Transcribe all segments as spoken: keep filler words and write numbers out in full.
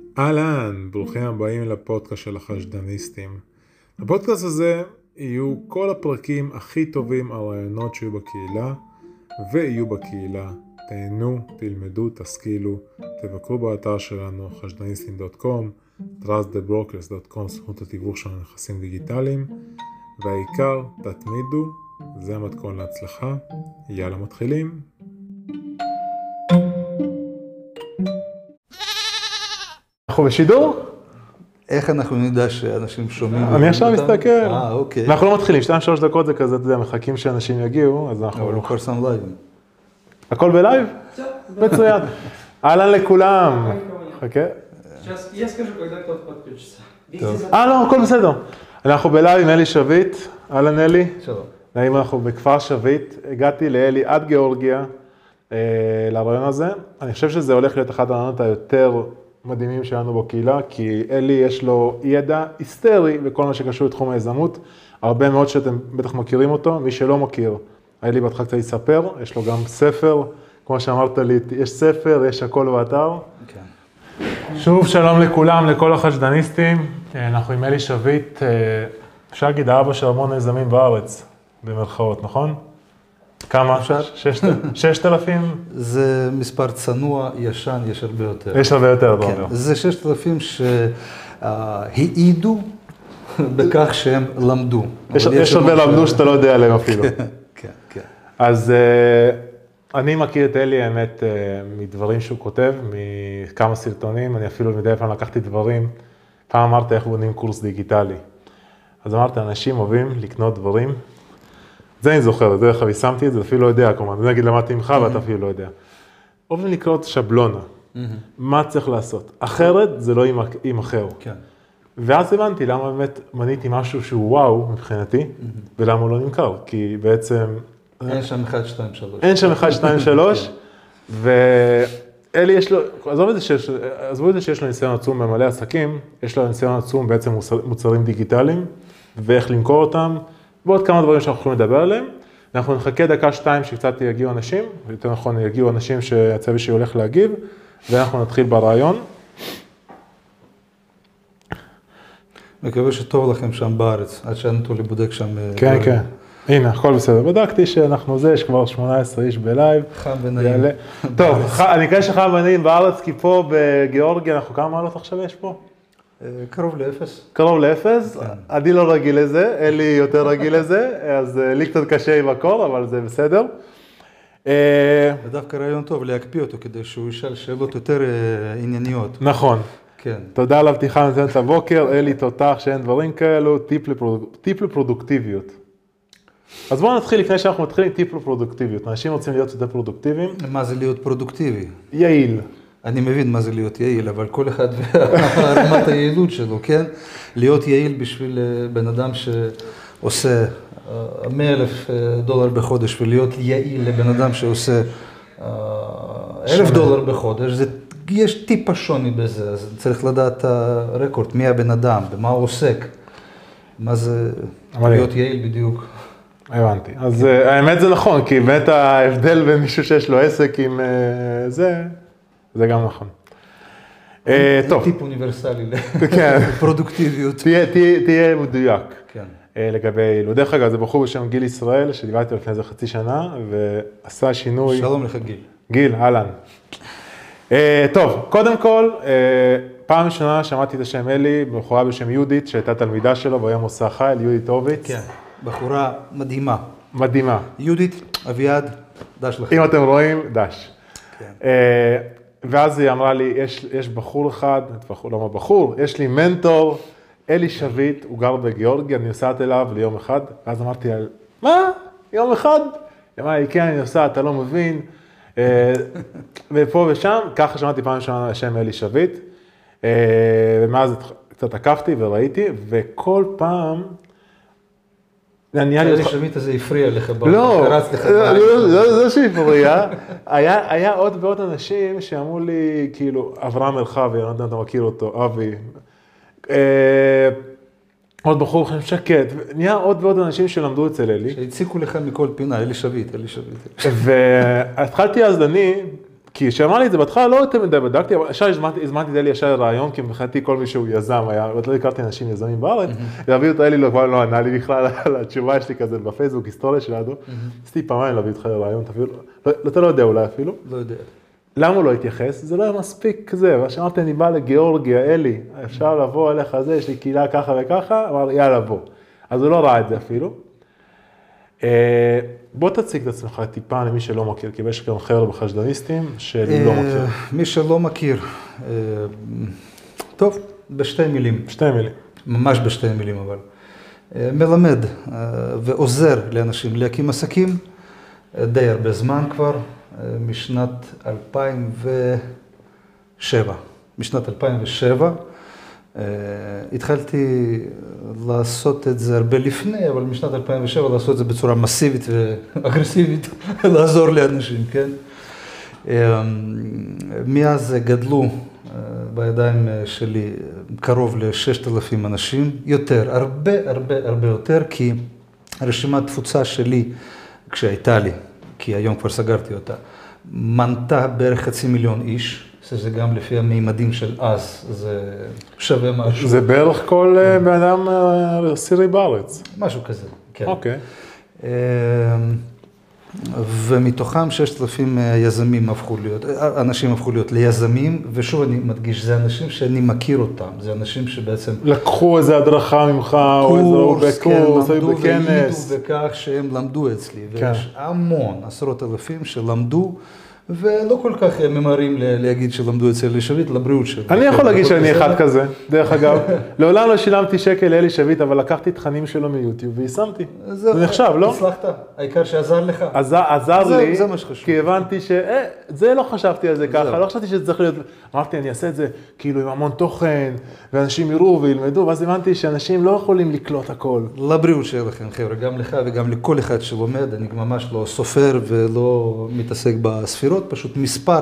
אהלן, ברוכים הבאים לפודקאסט של החשדניסטים. בפודקאסט הזה יהיו כל הפרקים הכי טובים על רעיונות שיהיו בקהילה ויהיו בקהילה. תהנו, תלמדו, תשכילו, תבקרו באתר שלנו חשדניסטים דוט קום, טראסט דה ברוקרס דוט קום, סוכנות התיווך של נכסים דיגיטליים, והעיקר, תתמידו, זה המתכון להצלחה. יאללה, מתחילים. אנחנו בשידור? איך אנחנו נדע שאנשים שומעים? אני עכשיו מסתכל. אה, אוקיי. אנחנו לא מתחילים, שתיים שלוש דקות זה כזה, אתה יודע, מחכים שאנשים יגיעו, אז אנחנו... אבל הוא כבר שם לייב. הכל בלייב? מצוין. אהלן לכולם. חכה. Я скажу, когда кто-то подключится. אה, לא, הכל בסדר. אנחנו בלייב עם אלי שביט. אהלן אלי. שלום. נעים, אנחנו בכפר שביט. הגעתי לאלי עד גיאורגיה, לרעיון הזה. אני חושב שזה הולך להיות אחד הרעיונות היותר מדהימים שלנו בקהילה, כי אלי יש לו ידע היסטרי בכל מה שקשור לתחום היזמות. הרבה מאוד שאתם בטח מכירים אותו, מי שלא מכיר. אלי בהתחלה קצת יספר, יש לו גם ספר, כמו שאמרת לי, יש ספר, יש הכל באתר. כן. שוב, שלום לכולם, לכל החשדניסטים. אנחנו עם אלי שביט, אפשר להגיד, האבא של המון יזמים בארץ, במרכאות, נכון? כמה? אפשר? ששת אלפים? זה מספר צנוע, ישן, יש הרבה יותר. יש הרבה יותר, אתה כן, אומר. זה ששת אלפים שהעידו בכך שהם למדו. יש הרבה למדו שאתה לא יודע עליהם אפילו. כן, כן. אז אני מכיר את אלי, האמת, מדברים שהוא כותב, מכמה סרטונים, אני אפילו מדי פעם לקחתי דברים. פעם אמרת איך בונים קורס דיגיטלי. אז אמרת, אנשים אוהבים לקנות דברים. זה אני זוכר, דרך אגב, שמתי את זה, אפילו לא יודע, כלומר, אני אגיד למדתי ממך ואתה אפילו לא יודע. אוהבים לקנות שבלונה. מה צריך לעשות? אחרת זה לא יימכר. כן. ואז הבנתי למה באמת מניתי משהו שהוא וואו מבחינתי, ולמה הוא לא נמכר, כי בעצם... אין שם אחד, שתיים, שלוש. אין שם אחד, שתיים, שלוש, ואלי יש לו, עזבו את זה שיש, עזבו את זה שיש לו ניסיון עצום במלא עסקים, יש לו ניסיון עצום בעצם מוצרים דיגיטליים, ואיך למכור אותם, ועוד כמה דברים שאנחנו יכולים לדבר עליהם. אנחנו נחכה דקה, שתיים, שקצת יגיעו אנשים, ויותר נכון, יגיעו אנשים שהצוות שלי הולך להגיב, ואנחנו נתחיל ברעיון. מקווה שטוב לכם שם בארץ, עד שאנטולי בודק שם... כן, כן. הנה, הכל בסדר. בדקתי שאנחנו זה, יש כבר שמונה עשרה איש בלייב. חם ונעים. טוב, אני אקרא שחם ונעים בארץ, כי פה בגיאורגיה, אנחנו כמה מעלות עכשיו יש פה? קרוב לאפס. קרוב לאפס, אני לא רגיל לזה, אין לי יותר רגיל לזה, אז לי קצת קשה עם הקור, אבל זה בסדר. ודווקא רעיון טוב להקפיא אותו, כדי שהוא ישאל שאלות יותר ענייניות. נכון. כן. תודה על הפתיחה נותנת לבוקר, אלי תותח שאין דברים כאלו, טיפ לפרודוקטיביות. אז בואו נתחיל לפני שאנחנו מתחילים טיפ לפרודוקטיביות. אנשים רוצים להיות יותר פרודוקטיביים. מה זה להיות פרודוקטיבי? יעיל. אני מבין מה זה להיות יעיל, אבל כל אחד והרמת היעילות שלו, כן? להיות יעיל בשביל בן אדם שעושה מאה אלף דולר בחודש, ולהיות יעיל לבן אדם שעושה אלף דולר בחודש, זה, יש טיפה שוני בזה, אז צריך לדעת את הרקורד, מי הבן אדם, במה הוא עוסק, מה זה להיות יעיל בדיוק. הבנתי. אז האמת זה נכון, כי באמת ההבדל בין מישהו שיש לו עסק עם זה, זה גם נכון. טוב. טיפ אוניברסלי לפרודוקטיביות. תהיה מדויק. כן. לגבי, לא דרך אגב, זה בחור בשם גיל ישראל, שדיברתי לפני איזה חצי שנה, ועשה שינוי. שלום לך גיל. גיל, אהלן. טוב, קודם כל, פעם ראשונה שמעתי את השם אלי, בחורה בשם יהודית, שהייתה תלמידה שלו, והיום עושה חייל, יהודית הוביץ. כן. בחורה מדהימה. מדהימה. יהודית, אביעד, דש לכם. אם אתם רואים, דש. כן. ואז היא אמרה לי, יש, יש בחור אחד, בחור, לא מה בחור, יש לי מנטור, אלי שביט, הוא גר בגיאורגיה, אני נוסעת אליו ליום אחד, ואז אמרתי לה, מה? יום אחד? היא אמרה לי, כן, אני נוסעת, אתה לא מבין. ופה ושם, ככה שמעתי פעם ראשונה השם אלי שביט, ומאז קצת עקבתי וראיתי, וכל פעם, אלי שביט הזה הפריע לך, לא, לא שהפריע, היה עוד ועוד אנשים שאמרו לי, כאילו, אברהם מרחבי, אני לא יודע אם אתה מכיר אותו, אבי, עוד בחור לכם שקט, נהיה עוד ועוד אנשים שלמדו אצל אלי. שהציקו לך מכל פינה, אלי שביט, אלי שביט. והתחלתי אז אני, כי כשאמר לי את זה בהתחלה, לא יותר מדי בדקתי, אבל ישר הזמנתי את אלי ישר לרעיון, כי מבחינתי כל מי שהוא יזם היה, לא הכרתי אנשים יזמים בארץ, להביא אותו אלי לא כבר לא ענה לי בכלל על התשובה שלי כזה בפייסבוק, היסטוריה שלנו, עשיתי פעמיים להביא אותך לרעיון, אתה לא יודע אולי אפילו. לא יודע. למה הוא לא התייחס? זה לא היה מספיק כזה, ושאמרתי, אני בא לגיאורגיה, אלי, אפשר לבוא אליך זה, יש לי קהילה ככה וככה, אמר לי, יאללה בוא. אז הוא לא ראה את זה אפילו. בוא תציג את עצמך טיפה למי שלא מכיר, כי יש גם חבר'ה בחשדניסטים שאני לא מכיר. מי שלא מכיר, טוב, בשתי מילים. שתי מילים. ממש בשתי מילים אבל. מלמד ועוזר לאנשים להקים עסקים, די הרבה זמן כבר, משנת אלפיים ושבע. משנת אלפיים ושבע. התחלתי לעשות את זה הרבה לפני, אבל משנת אלפיים ושבע לעשות את זה בצורה מסיבית ואגרסיבית, לעזור לאנשים, כן? מאז גדלו בידיים שלי קרוב ל-ששת אלפים אנשים, יותר, הרבה הרבה הרבה יותר, כי הרשימת תפוצה שלי, כשהייתה לי, כי היום כבר סגרתי אותה, מנתה בערך חצי מיליון איש, שזה גם לפי המימדים של אז, זה שווה משהו. זה בערך כל בן אדם עשירי בארץ. משהו כזה, כן. אוקיי. ומתוכם ששת אלפים יזמים הפכו להיות, אנשים הפכו להיות ליזמים, ושוב אני מדגיש, זה אנשים שאני מכיר אותם, זה אנשים שבעצם... לקחו איזה הדרכה ממך, או איזה בקורס, או בכנס. למדו בכך שהם למדו אצלי, ויש המון, עשרות אלפים שלמדו, ולא כל כך ממהרים להגיד שלמדו אצל אלי שביט, לבריאות שלו. אני יכול להגיד שאני אחד כזה, דרך אגב. לעולם לא שילמתי שקל לאלי שביט, אבל לקחתי תכנים שלו מיוטיוב ויישמתי. זה נחשב, לא? הצלחת, העיקר שעזר לך. עזר לי, זה מה שחשוב. כי הבנתי ש... זה לא חשבתי על זה ככה, לא חשבתי שזה צריך להיות... אמרתי, אני אעשה את זה כאילו עם המון תוכן, ואנשים יראו וילמדו, ואז הבנתי שאנשים לא יכולים לקלוט הכל. לבריאות שלכם, חבר'ה, גם לך וגם לכל אחד שלומד, אני ממש לא סופר ולא מתעסק בספירות, פשוט מספר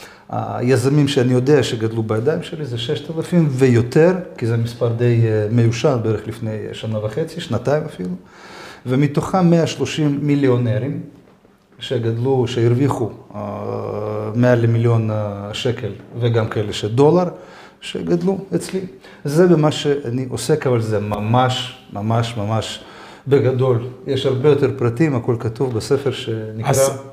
היזמים שאני יודע שגדלו בידיים שלי זה ששת אלפים ויותר, כי זה מספר די מיושן, בערך לפני שנה וחצי, שנתיים אפילו, ומתוכם מאה ושלושים מיליונרים שגדלו, שהרוויחו מעל למיליון שקל וגם כאלה שדולר, שגדלו אצלי. זה במה שאני עוסק, אבל זה ממש, ממש, ממש בגדול. יש הרבה יותר פרטים, הכל כתוב בספר שנקרא...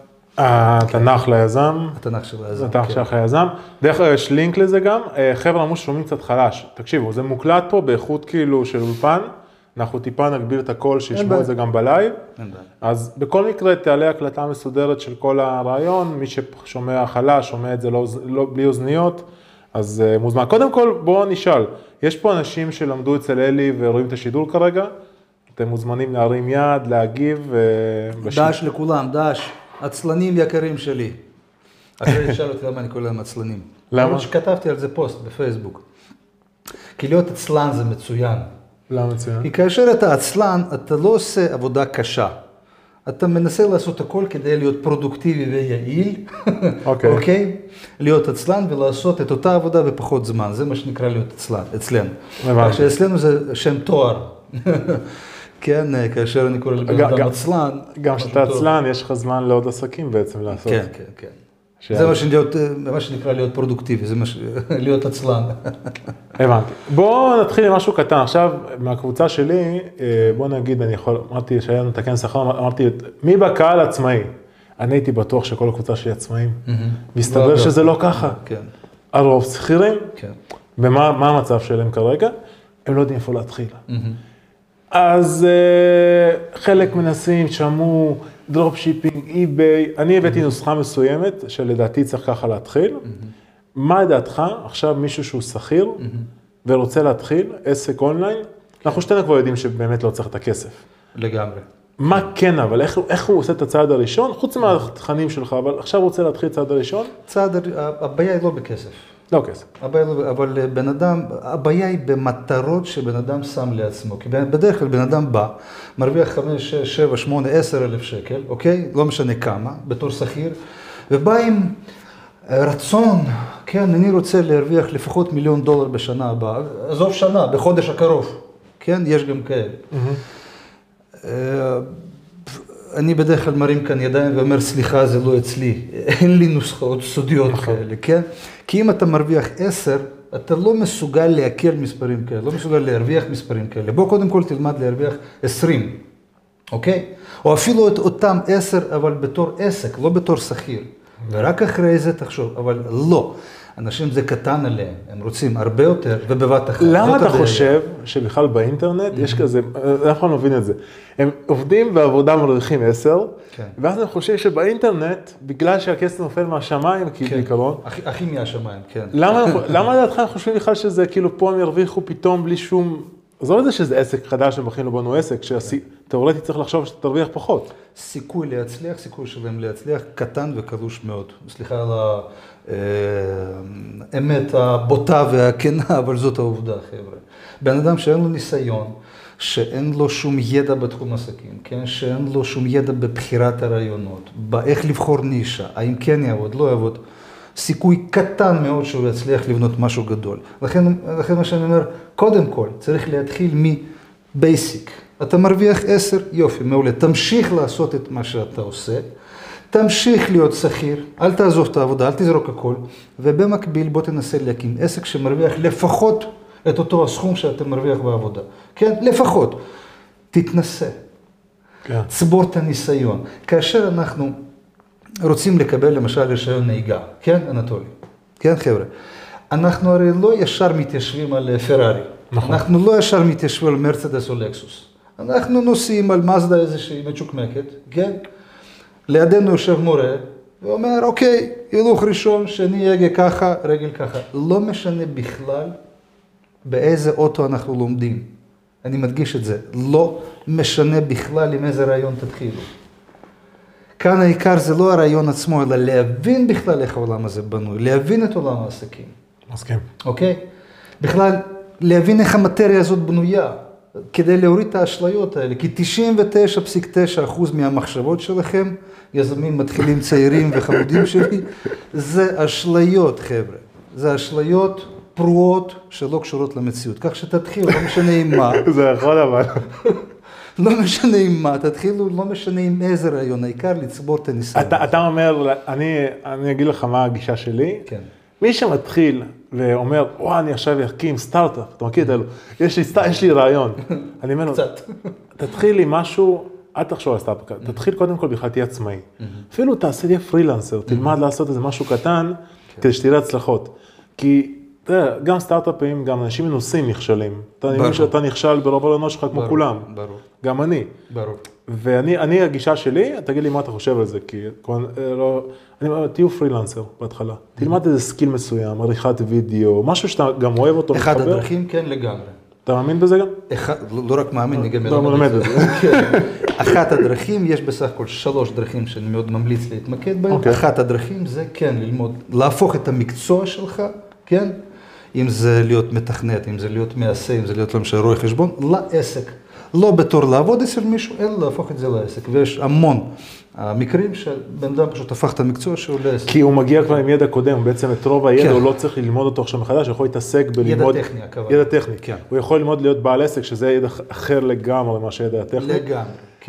התנ"ך ליזם. התנ"ך של היזם. התנ"ך של היזם. דרך אגב, יש לינק לזה גם. חבר'ה אמרו ששומעים קצת חלש. תקשיבו, זה מוקלט פה באיכות כאילו של אולפן. אנחנו טיפה נגביר את הכל, שישמעו את זה גם בלייב. אז בכל מקרה תעלה הקלטה מסודרת של כל הרעיון. מי ששומע חלש, שומע את זה לא, לא, בלי אוזניות, אז מוזמן. קודם כל, בואו נשאל. יש פה אנשים שלמדו אצל אלי ורואים את השידור כרגע. אתם מוזמנים להרים יד, להגיב. דש לכולם, דש. עצלנים יקרים שלי. אחרי שאל אותי למה אני קורא להם עצלנים. למה? למרות שכתבתי על זה פוסט בפייסבוק. כי להיות עצלן זה מצוין. למה מצוין? כי כאשר אתה עצלן, אתה לא עושה עבודה קשה. אתה מנסה לעשות הכל כדי להיות פרודוקטיבי ויעיל. אוקיי. אוקיי? להיות עצלן ולעשות את אותה עבודה בפחות זמן. זה מה שנקרא להיות עצלן, אצלנו. כך שאצלנו זה שם תואר. כן, כאשר אני קורא לבן אדם עצלן. גם כשאתה עצלן, יש לך זמן לעוד עסקים בעצם לעשות. כן, כן, כן. זה מה שנקרא להיות פרודוקטיבי, זה להיות עצלן. הבנתי. בואו נתחיל עם משהו קטן. עכשיו, מהקבוצה שלי, בואו נגיד, אני יכול, אמרתי שהיה לנו את הכנס האחרון, אמרתי, מי בקהל עצמאי? אני הייתי בטוח שכל הקבוצה שלי עצמאים. מסתבר שזה לא ככה. כן. הרוב שכירים. כן. ומה המצב שלהם כרגע? הם לא יודעים איפה להתחיל. אז uh, חלק מנסים, שמעו, דרופשיפינג, אי-ביי, אני הבאתי נוסחה מסוימת שלדעתי צריך ככה להתחיל. Mm-hmm. מה לדעתך, עכשיו מישהו שהוא שכיר mm-hmm. ורוצה להתחיל עסק אונליין, אנחנו שתינו כבר יודעים שבאמת לא צריך את הכסף. לגמרי. מה כן, אבל איך, איך הוא עושה את הצעד הראשון, חוץ מהתכנים שלך, אבל עכשיו הוא רוצה להתחיל את הצעד הראשון? צעד, הבעיה היא לא בכסף. לא כסף. אבל בן אדם, הבעיה היא במטרות שבן אדם שם לעצמו. כי בדרך כלל בן אדם בא, מרוויח חמש, שש, שבע, שמונה, עשר אלף שקל, אוקיי? לא משנה כמה, בתור שכיר, ובא עם רצון, כן, אני רוצה להרוויח לפחות מיליון דולר בשנה הבאה, עזוב שנה, בחודש הקרוב, כן? יש גם כאלה. אני בדרך כלל מרים כאן ידיים ואומר, סליחה, זה לא אצלי, אין לי נוסחאות סודיות כאלה, כן? כי אם אתה מרוויח עשר, אתה לא מסוגל להקל מספרים כאלה, לא מסוגל להרוויח מספרים כאלה. בוא קודם כל תלמד להרוויח עשרים, אוקיי? או אפילו את אותם עשר, אבל בתור עסק, לא בתור שכיר. ורק אחרי זה תחשוב, אבל לא. אנשים זה קטן עליהם, הם רוצים הרבה יותר ובבת אחת. למה אתה חושב שבכלל באינטרנט יש כזה, אנחנו נבין את זה, הם עובדים בעבודה מרוויחים עשר, ואז הם חושבים שבאינטרנט, בגלל שהכסף נופל מהשמיים, כי בעיקרון, הכי מהשמיים, כן. למה לדעתך הם חושבים בכלל שזה כאילו פה הם ירוויחו פתאום בלי שום, זו זה שזה עסק חדש, הם מכינו בנו עסק, שתאורטית צריך לחשוב שאתה תרוויח פחות. סיכוי להצליח, סיכוי שלהם להצליח, קטן וקלוש מאוד. סליחה על האמת הבוטה והכנה, אבל זאת העובדה, חבר'ה. בן אדם שאין לו ניסיון, שאין לו שום ידע בתחום עסקים, כן? שאין לו שום ידע בבחירת הרעיונות, באיך לבחור נישה, האם כן יעבוד, לא יעבוד, סיכוי קטן מאוד שהוא יצליח לבנות משהו גדול. לכן, לכן מה שאני אומר, קודם כל, צריך להתחיל מבייסיק. אתה מרוויח עשר, יופי, מעולה. תמשיך לעשות את מה שאתה עושה, תמשיך להיות שכיר, אל תעזוב את העבודה, אל תזרוק הכל, ובמקביל בוא תנסה להקים עסק שמרוויח לפחות את אותו הסכום שאתה מרוויח בעבודה. כן? לפחות. תתנסה. כן. צבור את הניסיון. כאשר אנחנו רוצים לקבל למשל רישיון נהיגה, כן, אנטולי? כן, חבר'ה? אנחנו הרי לא ישר מתיישבים על פרארי. נכון. אנחנו לא ישר מתיישבים על מרצדס או לקסוס. אנחנו נוסעים על מזדה איזושהי מצ'וקמקת, כן? לידינו יושב מורה, ואומר, אוקיי, הילוך ראשון, שני הגה ככה, רגל ככה. לא משנה בכלל באיזה אוטו אנחנו לומדים. אני מדגיש את זה. לא משנה בכלל עם איזה רעיון תתחילו. כאן העיקר זה לא הרעיון עצמו, אלא להבין בכלל איך העולם הזה בנוי, להבין את עולם העסקים. מסכים. אוקיי? בכלל, להבין איך המטריה הזאת בנויה, כדי להוריד את האשליות האלה, כי תשעים ותשע נקודה תשע אחוז מהמחשבות שלכם, יזמים מתחילים צעירים וחמודים שלי, זה אשליות, חבר'ה. זה אשליות פרועות שלא קשורות למציאות. כך שתתחילו, לא משנה עם מה. זה יכול אבל. לא משנה עם מה, תתחילו, לא משנה עם איזה רעיון, העיקר לצבור את הניסיון. אתה, אתה אומר, אני, אני אגיד לך מה הגישה שלי. כן. מי שמתחיל ואומר, וואו, אני עכשיו אקים סטארט-אפ, אתה מכיר את אלו, יש לי, יש לי רעיון. אני אומר, תתחיל עם משהו, אל תחשוב על סטארט-אפ, תתחיל קודם כל בכלל תהיה עצמאי. אפילו תעשה לי פרילנסר, תלמד לעשות איזה משהו קטן, כדי שתראה הצלחות. כי גם סטארט-אפים, גם אנשים מנוסים נכשלים. אתה נכשל ברוב העולמות שלך כמו כולם. ברור. גם אני. ברור. ואני, אני, הגישה שלי, תגיד לי מה אתה חושב על זה, כי לא, אני אומר, תהיו פרילנסר בהתחלה. תלמד איזה סקיל מסוים, עריכת וידאו, משהו שאתה גם אוהב אותו. אחד הדרכים, כן, לגמרי. אתה מאמין בזה גם? לא רק מאמין, אני גם מלמד את זה. אחת הדרכים, יש בסך הכל שלוש דרכים שאני מאוד ממליץ להתמקד בהן. אחת הדרכים זה כן ללמוד, להפוך את המקצוע שלך, כן? אם זה להיות מתכנת, אם זה להיות מעשה, אם זה להיות למשל רואה חשבון, לעסק. לא בתור לעבוד אצל מישהו, אלא להפוך את זה לעסק. ויש המון מקרים שבן אדם פשוט הפך את המקצוע שהוא לעסק. כי הוא מגיע כבר עם ידע קודם, בעצם את רוב הידע, הוא לא צריך ללמוד אותו עכשיו מחדש, הוא יכול להתעסק בללמוד... ידע טכני, הכוונה. ידע טכני. הוא יכול ללמוד להיות בעל עסק, שזה ידע אחר לגמרי ממה שידע הטכני. לגמרי, כן.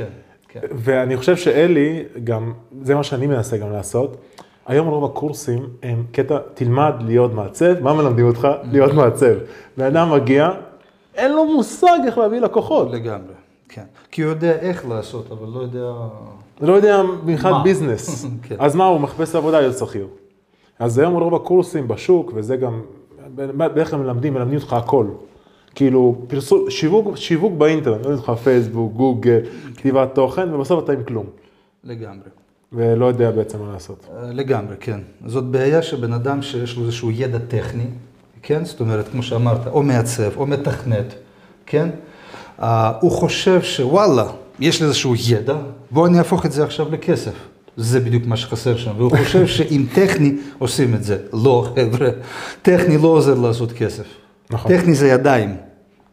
ואני חושב שאלי, גם, זה מה שאני מנסה גם לעשות, היום רוב הקורסים הם קטע, תלמד להיות מעצב, מה מלמדים אותך? להיות מעצב. ואדם מגיע, אין לו מושג איך להביא לקוחות. לגמרי, כן. כי הוא יודע איך לעשות, אבל לא יודע... לא יודע בכלל ביזנס. אז מה, הוא מחפש עבודה להיות שכיר. אז היום רוב הקורסים בשוק, וזה גם, באיך הם מלמדים, מלמדים אותך הכל. כאילו, פרסום, שיווק, שיווק באינטרנט, מלמדים אותך פייסבוק, גוגל, כתיבת תוכן, ובסוף אתה עם כלום. לגמרי. ולא יודע בעצם מה לעשות. לגמרי, כן. זאת בעיה שבן אדם שיש לו איזשהו ידע טכני, כן? זאת אומרת, כמו שאמרת, או מעצב, או מתכנת, כן? Uh, הוא חושב שוואלה, יש לי איזשהו ידע, בואו אני אהפוך את זה עכשיו לכסף. זה בדיוק מה שחסר שם. והוא חושב שעם טכני עושים את זה. לא, חבר'ה, טכני לא עוזר לעשות כסף. נכון. טכני זה ידיים,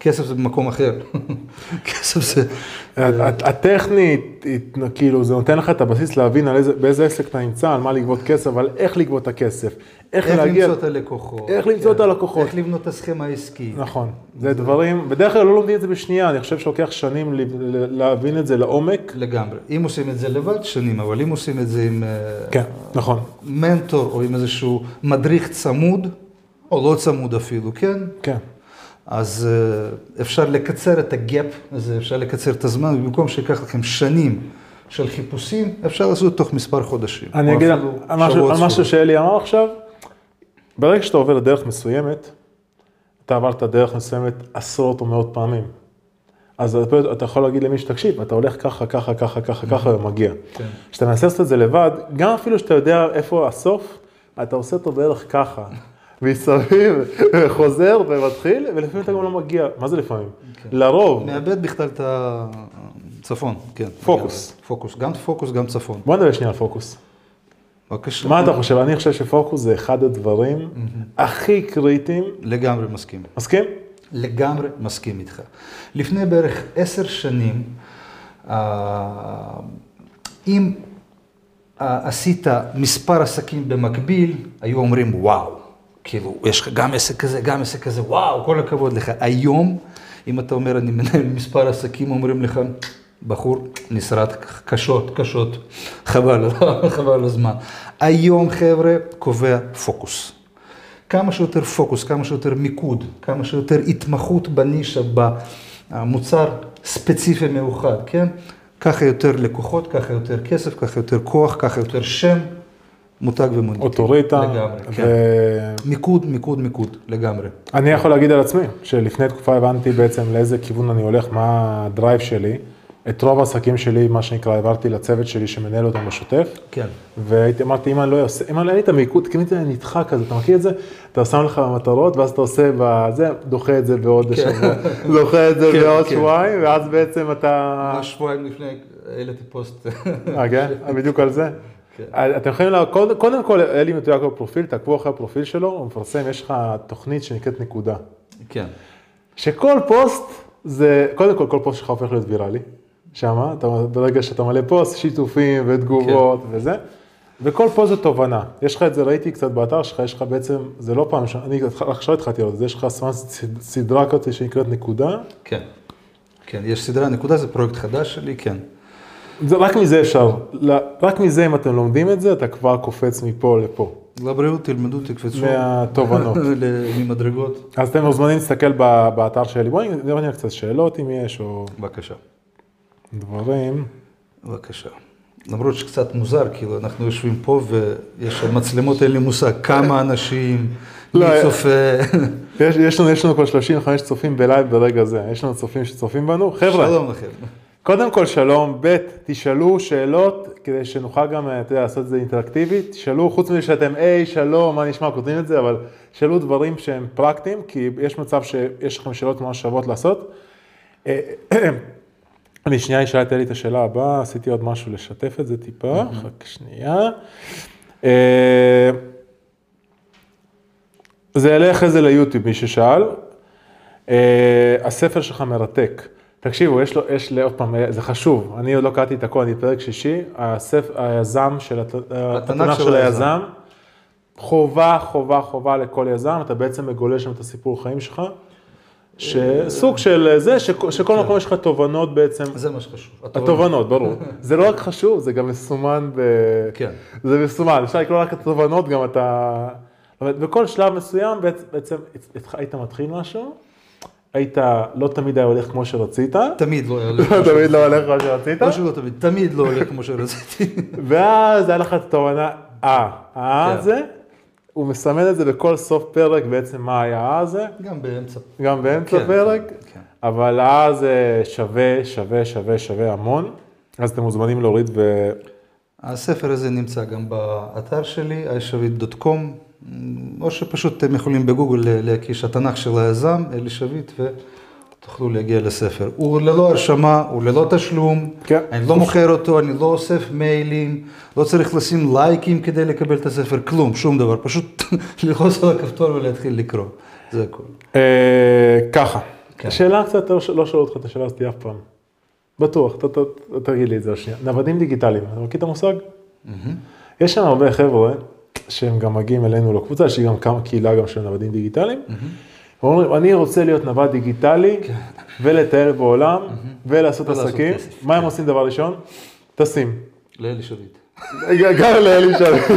כסף זה במקום אחר. כסף זה... הטכנית, כאילו, זה נותן לך את הבסיס להבין באיזה עסק אתה נמצא, על מה לגבות כסף, אבל איך לגבות את הכסף. איך למצוא את הלקוחות. איך למצוא את הלקוחות. איך לבנות את הסכמה העסקית. נכון. זה דברים, בדרך כלל לא לומדים את זה בשנייה, אני חושב שלוקח שנים להבין את זה לעומק. לגמרי. אם עושים את זה לבד, שנים, אבל אם עושים את זה עם... כן, נכון. מנטור, או עם איזשהו מדריך צמוד, או לא צמוד אפילו, כן? כן. אז אפשר לקצר את הגאפ הזה, אפשר לקצר את הזמן, ובמקום שיקח לכם שנים של חיפושים, אפשר לעשות תוך מספר חודשים. אני אגיד על משהו שאלי אמר עכשיו, ברגע שאתה עובר לדרך מסוימת, אתה עברת דרך מסוימת עשרות או מאות פעמים. אז אתה יכול להגיד למי שתקשיב, אתה הולך ככה, ככה, ככה, ככה, ככה ומגיע. כשאתה מנסה לעשות את זה לבד, גם אפילו שאתה יודע איפה הסוף, אתה עושה אותו בערך ככה. מסביב, חוזר ומתחיל, ולפעמים אתה גם לא מגיע. מה זה לפעמים? לרוב. מאבד בכלל את הצפון, כן. פוקוס. פוקוס, גם פוקוס, גם צפון. בוא נדבר שנייה על פוקוס. בבקשה. מה אתה חושב? אני חושב שפוקוס זה אחד הדברים הכי קריטיים. לגמרי מסכים. מסכים? לגמרי מסכים איתך. לפני בערך עשר שנים, אם עשית מספר עסקים במקביל, היו אומרים וואו. כאילו, יש לך גם עסק כזה, גם עסק כזה, וואו, כל הכבוד לך. היום, אם אתה אומר, אני מנהל מספר עסקים, אומרים לך, בחור, נשרד קשות, קשות, חבל, חבל הזמן. היום, חבר'ה, קובע פוקוס. כמה שיותר פוקוס, כמה שיותר מיקוד, כמה שיותר התמחות בנישה, במוצר ספציפי מאוחד, כן? ככה יותר לקוחות, ככה יותר כסף, ככה יותר כוח, ככה יותר שם. מותג ומוניטין. אוטוריטה. לגמרי, כן. מיקוד, מיקוד, מיקוד, לגמרי. אני יכול להגיד על עצמי, שלפני תקופה הבנתי בעצם לאיזה כיוון אני הולך, מה הדרייב שלי. את רוב העסקים שלי, מה שנקרא, העברתי לצוות שלי שמנהל אותם בשוטף. כן. והייתי, אמרתי, אם אני לא אעשה, אם אני לא אעשה את המיקוד, כאילו נדחק כזה, אתה מכיר את זה? אתה שם לך מטרות, ואז אתה עושה בזה, דוחה את זה בעוד שבוע, דוחה את זה בעוד שבועיים, ואז בעצם אתה... שבועיים לפני, העליתי פוסט. אה, כן? בדיוק על זה? אתם יכולים, קודם כל, אלי מתויג בפרופיל, תעקבו אחרי הפרופיל שלו, הוא מפרסם, יש לך תוכנית שנקראת נקודה. כן. שכל פוסט, זה, קודם כל, כל פוסט שלך הופך להיות ויראלי, שמה, ברגע שאתה מלא פוסט, שיתופים ותגובות וזה, וכל פוסט זה תובנה. יש לך את זה, ראיתי קצת באתר שלך, יש לך בעצם, זה לא פעם, אני עכשיו התחלתי לראות את זה, יש לך סדרה כזאת שנקראת נקודה. כן, כן, יש סדרה, נקודה זה פרויקט חדש שלי, כן. זה, רק מזה אפשר, רק מזה אם אתם לומדים את זה, אתה כבר קופץ מפה לפה. לבריאות, תלמדו, תקפצו. מהתובנות. ממדרגות. אז אתם מוזמנים להסתכל באתר שלי, בואי נראה קצת שאלות אם יש, או... בבקשה. דברים. בבקשה. למרות שקצת מוזר, כאילו, אנחנו יושבים פה ויש מצלמות, אין לי מושג, כמה אנשים, מי צופה. יש לנו כבר שלושים וחמישה צופים בלייב ברגע זה, יש לנו צופים שצופים בנו. חבר'ה. שלום לכם. קודם כל שלום, ב' תשאלו שאלות, כדי שנוכל גם, אתה יודע, לעשות את זה אינטראקטיבי, תשאלו, חוץ מזה שאתם, היי, שלום, מה נשמע, כותבים את זה, אבל שאלו דברים שהם פרקטיים, כי יש מצב שיש לכם שאלות ממש שוות לעשות. אני שנייה השאלתי לי את השאלה הבאה, עשיתי עוד משהו לשתף את זה טיפה, רק שנייה. זה יעלה אחרי זה ליוטיוב, מי ששאל. הספר שלך מרתק. תקשיבו, יש לו, יש לי עוד פעם, זה חשוב, אני עוד לא קראתי את הכל, אני פרק שישי, הספר, היזם של, התנ"ך של היזם, חובה, חובה, חובה לכל יזם, אתה בעצם מגולה שם את הסיפור החיים שלך, שסוג של זה, שכל מקום יש לך תובנות בעצם. זה מה שחשוב. התובנות, ברור. זה לא רק חשוב, זה גם מסומן ב... כן. זה מסומן, אפשר לקרוא רק את התובנות, גם אתה... בכל שלב מסוים בעצם היית מתחיל משהו, היית לא תמיד היה הולך כמו שרצית. תמיד לא היה הולך. תמיד לא הולך כמו שרצית. לא שלא תמיד, תמיד לא הולך כמו שרציתי. ואז היה לך את התובנה, אה, אה הזה, הוא מסמן את זה בכל סוף פרק בעצם מה היה אה הזה. גם באמצע. גם באמצע פרק, אבל אה זה שווה, שווה, שווה, שווה המון. אז אתם מוזמנים להוריד ו... הספר הזה נמצא גם באתר שלי, איי שביט דוט קום. או שפשוט אתם יכולים בגוגל להקיש התנ"ך של היזם, אלי שביט, ותוכלו להגיע לספר. הוא ללא הרשמה, הוא ללא תשלום, כן. אני לא מוכר אותו, אני לא אוסף מיילים, לא צריך לשים לייקים כדי לקבל את הספר, כלום, שום דבר, פשוט ללחוץ על הכפתור ולהתחיל לקרוא, זה הכל. ככה, השאלה קצת לא שואלו אותך את השאלה הזאתי אף פעם. בטוח, תגיד לי את זה השנייה. נוודים דיגיטליים, אתה מכיר את המושג? יש שם הרבה חבר'ה שהם גם מגיעים אלינו לקבוצה, יש לי גם כמה קהילה גם של נוודים דיגיטליים. ואומרים, אני רוצה להיות נווד דיגיטלי ולטייל בעולם ולעשות עסקים. מה הם עושים דבר ראשון? טסים. לאלי שביט. גם לאלי שביט.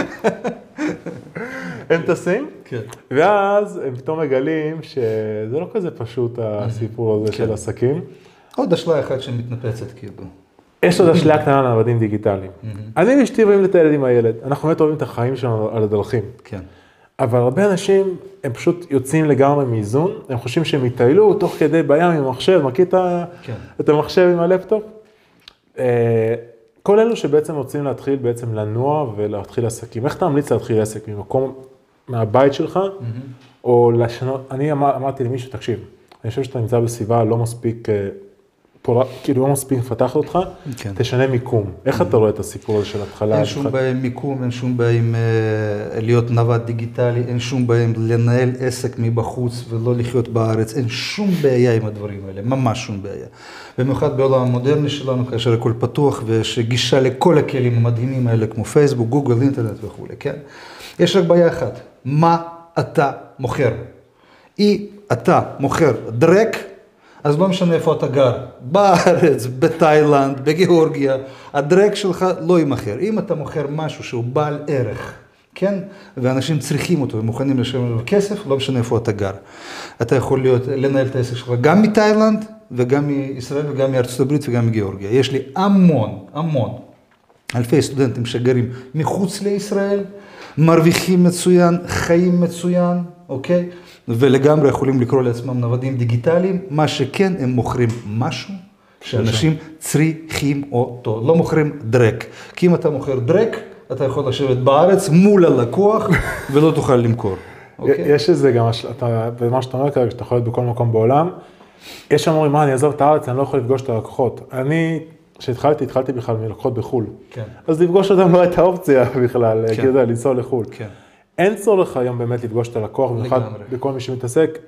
הם טסים, ואז הם פתאום מגלים שזה לא כזה פשוט הסיפור הזה של עסקים. עוד אשליה אחת שמתנפצת כאילו. יש עוד אשליה קטנה לנוודים דיגיטליים. אני ואשתי אוהבים לטייל עם הילד, אנחנו באמת אוהבים את החיים שלנו על הדרכים. כן. אבל הרבה אנשים, הם פשוט יוצאים לגמרי מאיזון, הם חושבים שהם יטיילו תוך כדי בים עם המחשב, מכיר את המחשב עם הלפטופ? כל אלו שבעצם רוצים להתחיל בעצם לנוע ולהתחיל עסקים. איך אתה ממליץ להתחיל עסק ממקום, מהבית שלך, או לשנות, אני אמרתי למישהו, תקשיב, אני חושב שאתה נמצא בסביבה לא מספיק, כאילו לא מספיק מפתחת אותך, תשנה מיקום. איך אתה רואה את הסיפור הזה של התחלה? אין שום בעיה עם מיקום, אין שום בעיה עם להיות נווד דיגיטלי, אין שום בעיה עם לנהל עסק מבחוץ ולא לחיות בארץ, אין שום בעיה עם הדברים האלה, ממש שום בעיה. במיוחד בעולם המודרני שלנו, כאשר הכל פתוח ויש גישה לכל הכלים המדהימים האלה, כמו פייסבוק, גוגל, אינטרנט וכו', כן? יש רק בעיה אחת, מה אתה מוכר? אם אתה מוכר דרק, אז לא משנה איפה אתה גר, בארץ, בתאילנד, בגיאורגיה, הדרק שלך לא ימכר. אם אתה מוכר משהו שהוא בעל ערך, כן? ואנשים צריכים אותו ומוכנים לשלם לו כסף, לא משנה איפה אתה גר. אתה יכול להיות, לנהל את העסק שלך גם מתאילנד, וגם מישראל, וגם מארצות הברית, וגם מגיאורגיה. יש לי המון, המון, אלפי סטודנטים שגרים מחוץ לישראל, מרוויחים מצוין, חיים מצוין, אוקיי? ולגמרי יכולים לקרוא לעצמם נוודים דיגיטליים, מה שכן, הם מוכרים משהו שאנשים צריכים אותו, לא מוכרים דרק. כי אם אתה מוכר דרק, אתה יכול לשבת בארץ מול הלקוח ולא תוכל למכור. יש איזה גם, במה שאתה אומר כרגע, שאתה יכול להיות בכל מקום בעולם, יש שאומרים, מה, אני אעזוב את הארץ, אני לא יכול לפגוש את הלקוחות. אני, כשהתחלתי, התחלתי בכלל מלקוחות בחול. אז לפגוש אותם לא הייתה אופציה בכלל, כדי לנסוע לחול. אין צורך היום באמת לפגוש את הלקוח, במיוחד בכל מי שמתעסק.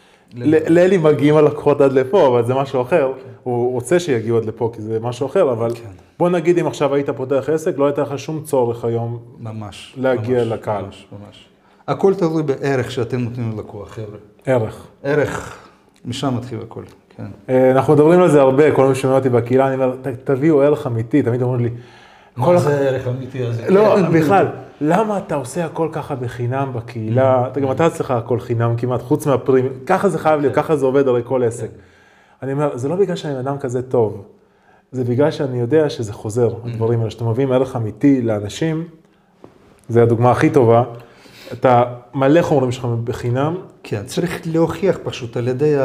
לאלי מגיעים הלקוחות עד לפה, אבל זה משהו אחר. הוא רוצה שיגיעו עד לפה, כי זה משהו אחר, אבל בוא נגיד אם עכשיו היית פותח עסק, לא הייתה לך שום צורך היום להגיע לקהל. ממש, ממש. הכל תלוי בערך שאתם נותנים ללקוח, חבר'ה. ערך. ערך, משם מתחיל הכל, כן. אנחנו מדברים על זה הרבה, כל מי שומע אותי בקהילה, אני אומר, תביאו ערך אמיתי, תמיד אומרים לי, מה זה ערך אמיתי הזה? לא, בכלל, למה אתה עושה הכל ככה בחינם בקהילה? גם אתה צריך הכל חינם כמעט, חוץ מהפרימי, ככה זה חייב להיות, ככה זה עובד הרי כל עסק. אני אומר, זה לא בגלל שאני אדם כזה טוב, זה בגלל שאני יודע שזה חוזר, הדברים האלה, שאתם מביאים ערך אמיתי לאנשים, זה הדוגמה הכי טובה, אתה מלא חומרים שלך בחינם. כן, צריך להוכיח פשוט על ידי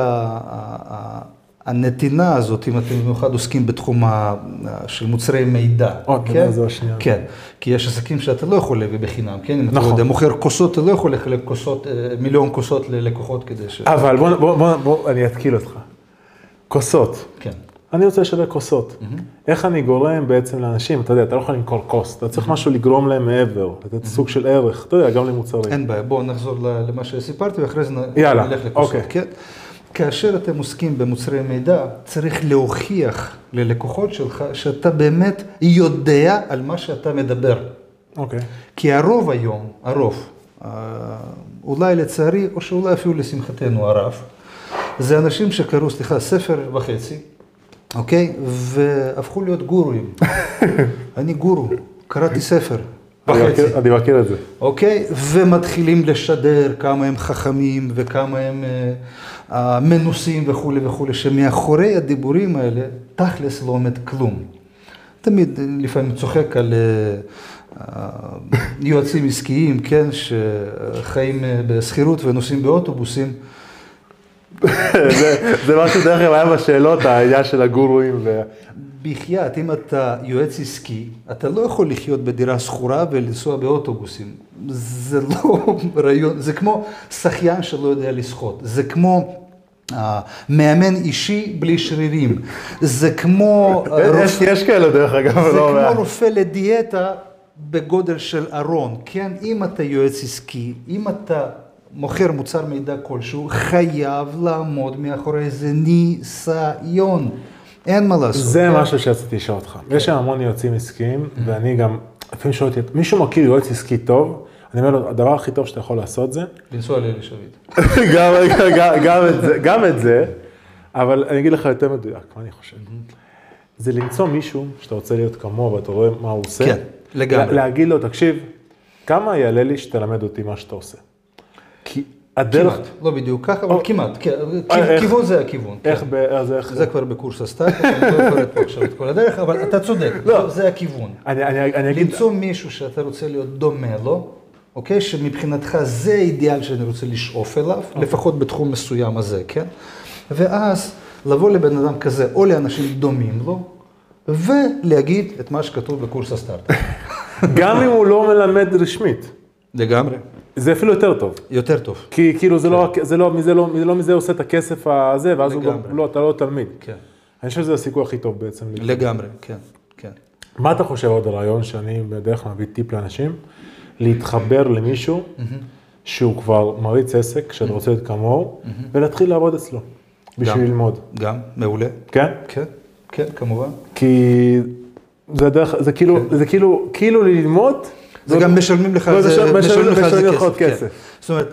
הנתינה הזאת, אם אתם במיוחד עוסקים בתחום של מוצרי מידע. כן, זו השנייה. כן, כי יש עסקים שאתה לא יכול להביא בחינם, כן? אם אתה יודע, מוכר כוסות, אתה לא יכול לחלק כוסות, מיליון כוסות ללקוחות כדי ש... אבל בוא, בוא, בוא, בוא, אני אתקיל אותך. כוסות. כן. אני רוצה לשווה כוסות. איך אני גורם בעצם לאנשים, אתה יודע, אתה לא יכול למכור כוס, אתה צריך משהו לגרום להם מעבר, לתת סוג של ערך, אתה יודע, גם למוצרים. אין בעיה, בואו נחזור למה שסיפרתי, ואחרי זה נלך לכוסות. כן? כאשר אתם עוסקים במוצרי מידע, צריך להוכיח ללקוחות שלך שאתה באמת יודע על מה שאתה מדבר. אוקיי. כי הרוב היום, הרוב, אולי לצערי, או שאולי אפילו לשמחתנו הרב, זה אנשים שקראו, סליחה, ספר וחצי, אוקיי? והפכו להיות גורואים. אני גורו, קראתי ספר וחצי. אני מכיר את זה. אוקיי? ומתחילים לשדר כמה הם חכמים וכמה הם uh, מנוסים וכו' וכו', שמאחורי הדיבורים האלה תכלס לא עומד כלום. תמיד לפעמים צוחק על uh, יועצים עסקיים, כן? שחיים בסחירות ונוסעים באוטובוסים. זה משהו דרך כלל היה בשאלות, העניין של הגורואים. בחייאת, אם אתה יועץ עסקי, אתה לא יכול לחיות בדירה שכורה ולנסוע באוטובוסים. זה לא רעיון, זה כמו שחיין שלא יודע לשחות. זה כמו מאמן אישי בלי שרירים. זה כמו... יש כאלה דרך אגב. זה כמו רופא לדיאטה בגודל של ארון. כן, אם אתה יועץ עסקי, אם אתה מוכר מוצר מידע כלשהו, חייב לעמוד מאחורי איזה ניסיון. אין מה לעשות. זה משהו שרציתי לשאול אותך. יש שם המון יועצים עסקיים, ואני גם, לפעמים שואל אותי, מישהו מכיר יועץ עסקי טוב? אני אומר לו, הדבר הכי טוב שאתה יכול לעשות זה? לנסוע לאלי שביט. גם את זה, אבל אני אגיד לך יותר מדויק, מה אני חושב. זה למצוא מישהו שאתה רוצה להיות כמוהו, ואתה רואה מה הוא עושה. כן, לגמרי. להגיד לו, תקשיב, כמה יעלה לי שתלמד אותי מה שאתה עושה? כי הדרך... כמעט, לא בדיוק ככה, אבל כמעט. כיוון זה הכיוון. איך ב... זה כבר בקורס הסטארט, אני לא אפרט פה עכשיו את כל הדרך, אבל אתה צודק, זה הכיוון. למצוא מישהו שאתה רוצה להיות דומה לו, אוקיי? שמבחינתך זה אידיאל שאני רוצה לשאוף אליו, לפחות בתחום מסוים הזה, כן? ואז לבוא לבן אדם כזה, או לאנשים דומים לו, ולהגיד את מה שכתוב בקורס הסטארט. גם אם הוא לא מלמד רשמית. לגמרי. זה אפילו יותר טוב. יותר טוב. כי כאילו זה לא, זה לא, מזה לא, לא מזה עושה את הכסף הזה, ואז הוא לא, אתה לא תלמיד. כן. אני חושב שזה הסיכוי הכי טוב בעצם. לגמרי, כן, כן. מה אתה חושב עוד על הרעיון שאני בדרך כלל מביא טיפ לאנשים? להתחבר למישהו שהוא כבר מריץ עסק, שאתה רוצה להיות כמוהו, ולהתחיל לעבוד אצלו, בשביל ללמוד. גם, מעולה. כן? כן, כן, כמובן. כי זה דרך, זה כאילו, זה כאילו, כאילו ללמוד, זה גם משלמים לך על זה, משלמים לך על זה כסף. זאת אומרת,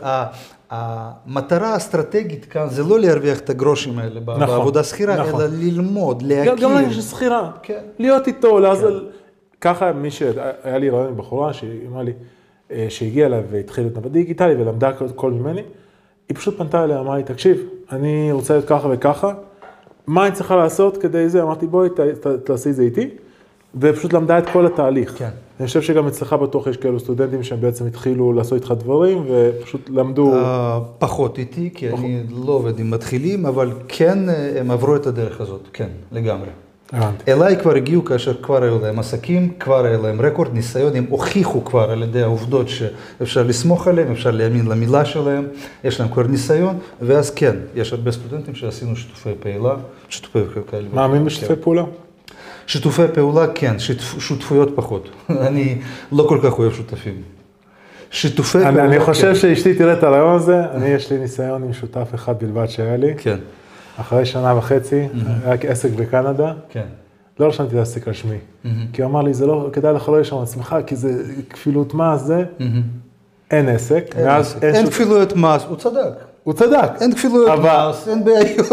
המטרה האסטרטגית כאן זה לא להרוויח את הגרושים האלה בעבודה שכירה, אלא ללמוד, להכיר. גם לא יש שכירה, להיות איתו, ככה מי שהיה לי רעיון בחורה, שהיא אמרה לי, שהגיעה אליי והתחילה להיות בדיגיטלי ולמדה כל ממני, היא פשוט פנתה אליה, אמרה לי, תקשיב, אני רוצה להיות ככה וככה, מה אני צריכה לעשות כדי זה? אמרתי, בואי, תעשי זה איתי, ופשוט למדה את כל התהליך. כן. אני חושב שגם אצלך בטוח יש כאלו סטודנטים שהם בעצם התחילו לעשות איתך דברים, ופשוט למדו... פחות איתי, כי אני לא עובד עם מתחילים, אבל כן, הם עברו את הדרך הזאת, כן, לגמרי. הבנתי. אליי כבר הגיעו כאשר כבר היו להם עסקים, כבר היה להם רקורד, ניסיון, הם הוכיחו כבר על ידי העובדות שאפשר לסמוך עליהם, אפשר להאמין למילה שלהם, יש להם כבר ניסיון, ואז כן, יש הרבה סטודנטים שעשינו שיתופי פעולה, שיתופי כאלה. מאמין בשיתופי פעולה? שיתופי פעולה, כן, שותפויות פחות. אני לא כל כך אוהב שותפים. שיתופי פעולה, אני חושב שאשתי תראה את הרעיון הזה, אני יש לי ניסיון עם שותף אחד בלבד שהיה לי. כן. אחרי שנה וחצי, רק עסק בקנדה, לא רשמתי את העסק רשמי. כי הוא אמר לי, זה לא, כדאי לך לא לשם עצמך, כי זה כפילות מס, זה, אין עסק. אין כפילויות מס, הוא צדק. הוא צדק. אין כפילויות מס, אין בעיות.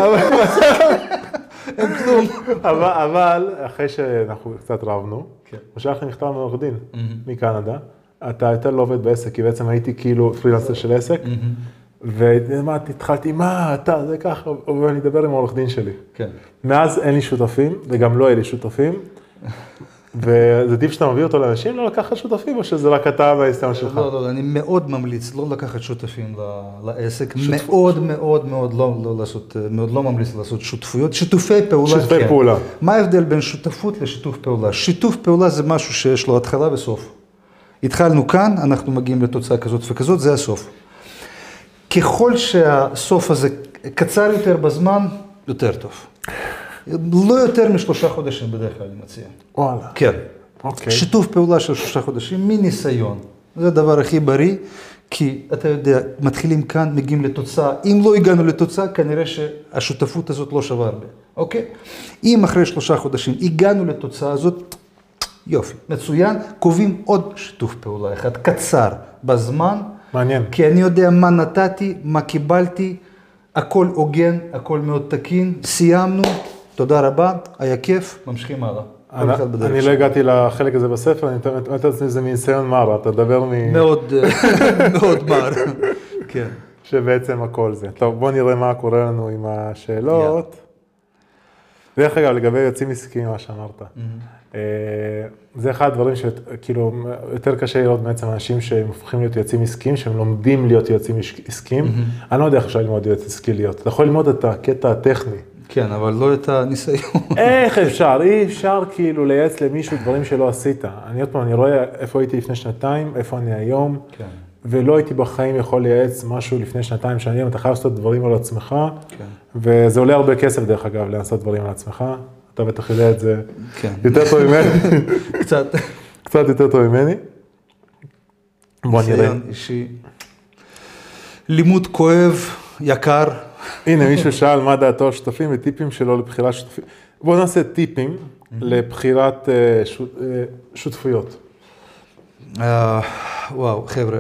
אין כלום. אבל אחרי שאנחנו קצת רבנו, הוא שלח לי מכתב מעורך דין מקנדה, אתה יותר לא עובד בעסק, כי בעצם הייתי כאילו פרילנסר של עסק, ואמרתי, התחלתי, מה, אתה, זה ככה, ואני אדבר עם העורך דין שלי. כן. מאז אין לי שותפים, וגם לא אין לי שותפים, וזה טיפ שאתה מביא אותו לאנשים, לא לקחת שותפים, או שזה רק אתה וההסתיון שלך? לא, לא, אני מאוד ממליץ לא לקחת שותפים לעסק, מאוד מאוד מאוד לא לעשות, מאוד לא ממליץ לעשות שותפויות, שיתופי פעולה, כן. שיתופי פעולה. מה ההבדל בין שותפות לשיתוף פעולה? שיתוף פעולה זה משהו שיש לו התחלה וסוף. התחלנו כאן, אנחנו מגיעים לתוצאה כזאת וכזאת, זה הסוף. ככל שהסוף הזה קצר יותר בזמן, יותר טוב. לא יותר משלושה חודשים בדרך כלל, אני מציע. וואלה. כן. אוקיי. שיתוף פעולה של שלושה חודשים, מניסיון. זה הדבר הכי בריא, כי אתה יודע, מתחילים כאן, מגיעים לתוצאה. אם לא הגענו לתוצאה, כנראה שהשותפות הזאת לא שווה הרבה. אוקיי? אם אחרי שלושה חודשים הגענו לתוצאה הזאת, יופי, מצוין, קובעים עוד שיתוף פעולה אחד, קצר, בזמן. מעניין. כי אני יודע מה נתתי, מה קיבלתי, הכל הוגן, הכל מאוד תקין, סיימנו, תודה רבה, היה כיף, ממשיכים הלאה. אני לא הגעתי לחלק הזה בספר, אני מתארת לעצמי שזה מניסיון מר, אתה מדבר מ... מאוד, מאוד מר, כן. שבעצם הכל זה. טוב, בוא נראה מה קורה לנו עם השאלות. דרך אגב, לגבי יועצים עסקיים, מה שאמרת. זה אחד הדברים שכאילו יותר קשה לראות בעצם אנשים שהם הופכים להיות יועצים עסקיים, שהם לומדים להיות יועצים עסקיים. אני לא יודע איך אפשר ללמוד יועץ עסקי להיות. אתה יכול ללמוד את הקטע הטכני. כן, אבל לא את הניסיון. איך אפשר? אי אפשר כאילו לייעץ למישהו דברים שלא עשית. אני עוד פעם, אני רואה איפה הייתי לפני שנתיים, איפה אני היום, ולא הייתי בחיים יכול לייעץ משהו לפני שנתיים שאני, אתה חייב לעשות דברים על עצמך, וזה עולה הרבה כסף דרך אגב, לעשות דברים על עצמך. אתה בטח יודע את זה יותר טוב ממני. לימוד כואב, יקר. הנה, מישהו שאל מה דעתו על שותפים וטיפים שלו לבחירת שותפים. בואו נעשה טיפים לבחירת שותפויות. וואו, חבר'ה.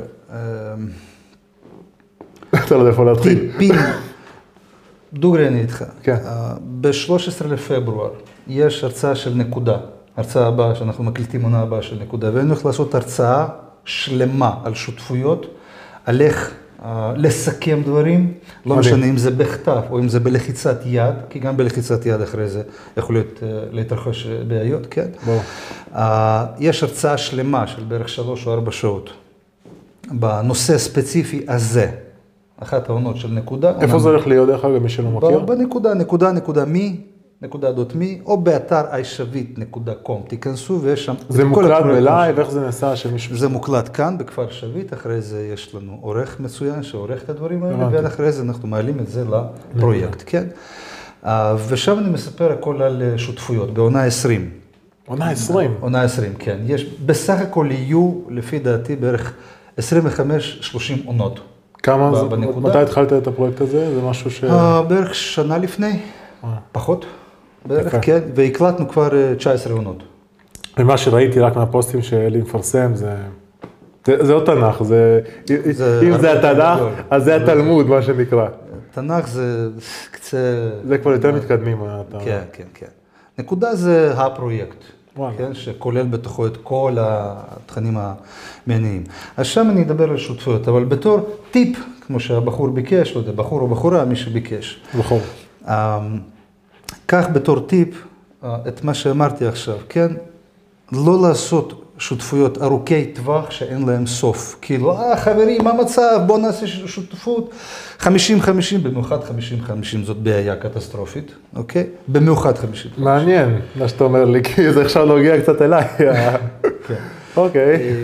אתה לא יודע איפה להתחיל. טיפים, דוגרי אני איתך. כן. ב-שלושה עשר לפברואר יש הרצאה של נקודה, הרצאה הבאה שאנחנו מקליטים עונה הבאה של נקודה, ואני הולך לעשות הרצאה שלמה על שותפויות, על איך לסכם דברים, לא משנה אם זה בכתב או אם זה בלחיצת יד, כי גם בלחיצת יד אחרי זה יכול להיות להתרחש בעיות, כן? בוא. יש הרצאה שלמה של בערך שלוש או ארבע שעות בנושא הספציפי הזה. אחת העונות של נקודה. איפה זה הולך להיות דרך אגב, מי שלא מכיר? בנקודה, נקודה, נקודה מי, נקודה דוט מי, או באתר איי שביט נקודה קום. תיכנסו ויש שם... זה מוקלט בלייב, איך זה נעשה שמישהו... זה מוקלט כאן, בכפר שביט, אחרי זה יש לנו עורך מצוין שעורך את הדברים האלה, ואחרי זה אנחנו מעלים את זה לפרויקט, כן? ושם אני מספר הכל על שותפויות, בעונה עשרים. עונה עשרים? עונה עשרים, כן. יש, בסך הכל יהיו, לפי דעתי, בערך עשרים וחמש שלושים עונות. כמה זה? מתי התחלת את הפרויקט הזה? זה משהו ש... בערך שנה לפני, פחות, בערך, כן, והקלטנו כבר תשע עשרה עונות. ומה שראיתי רק מהפוסטים שאלי מפרסם, זה... זה לא תנ"ך, זה... אם זה התנ"ך, אז זה התלמוד, מה שנקרא. תנ"ך זה קצה... זה כבר יותר מתקדמים. כן, כן, כן. נקודה זה הפרויקט. כן, שכולל בתוכו את כל התכנים המעניינים. אז שם אני אדבר על שותפויות, אבל בתור טיפ, כמו שהבחור ביקש, לא יודע, בחור או בחורה, מי שביקש. בחור. כך בתור טיפ, את מה שאמרתי עכשיו, כן? לא לעשות שותפויות ארוכי טווח שאין להם סוף. כאילו, אה, חברים, מה המצב? בוא נעשה שותפות. חמישים חמישים, במיוחד חמישים חמישים, זאת בעיה קטסטרופית, אוקיי? במיוחד חמישים חמישים. מעניין, מה שאתה אומר לי, כי זה עכשיו נוגע קצת אליי. אוקיי.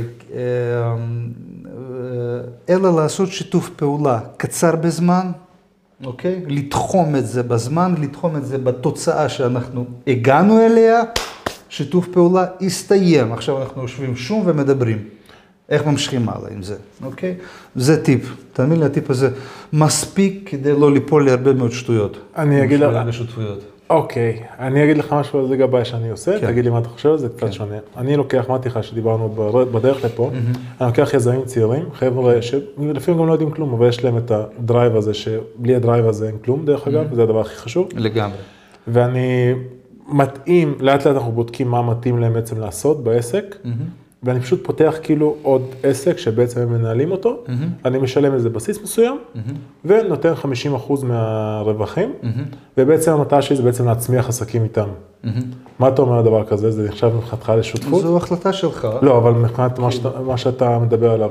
אלא לעשות שיתוף פעולה קצר בזמן, אוקיי? לתחום את זה בזמן, לתחום את זה בתוצאה שאנחנו הגענו אליה, שיתוף פעולה הסתיים. עכשיו אנחנו יושבים שום ומדברים. איך ממשיכים הלאה עם זה, אוקיי? זה טיפ. תאמין לי, הטיפ הזה מספיק כדי לא ליפול להרבה מאוד שטויות. אני אגיד לך... בשותפויות. אוקיי, אני אגיד לך משהו על זה גבי שאני עושה, תגיד לי מה אתה חושב על זה, קצת שונה. אני לוקח, אמרתי לך שדיברנו בדרך לפה, אני לוקח יזמים צעירים, חבר'ה שלפעמים גם לא יודעים כלום, אבל יש להם את הדרייב הזה, שבלי הדרייב הזה אין כלום דרך אגב, וזה הדבר הכי חשוב. לגמרי. ואני מתאים, לאט לאט אנחנו בודקים מה מתאים להם בעצם לעשות בעסק, ואני פשוט פותח כאילו עוד עסק שבעצם הם מנהלים אותו, אני משלם איזה בסיס מסוים, ונותן חמישים אחוז מהרווחים, ובעצם המטרה שלי זה בעצם להצמיח עסקים איתם. מה אתה אומר על דבר כזה? זה נחשב מבחינתך לשותפות? זו החלטה שלך. לא, אבל מבחינת מה שאתה מדבר עליו.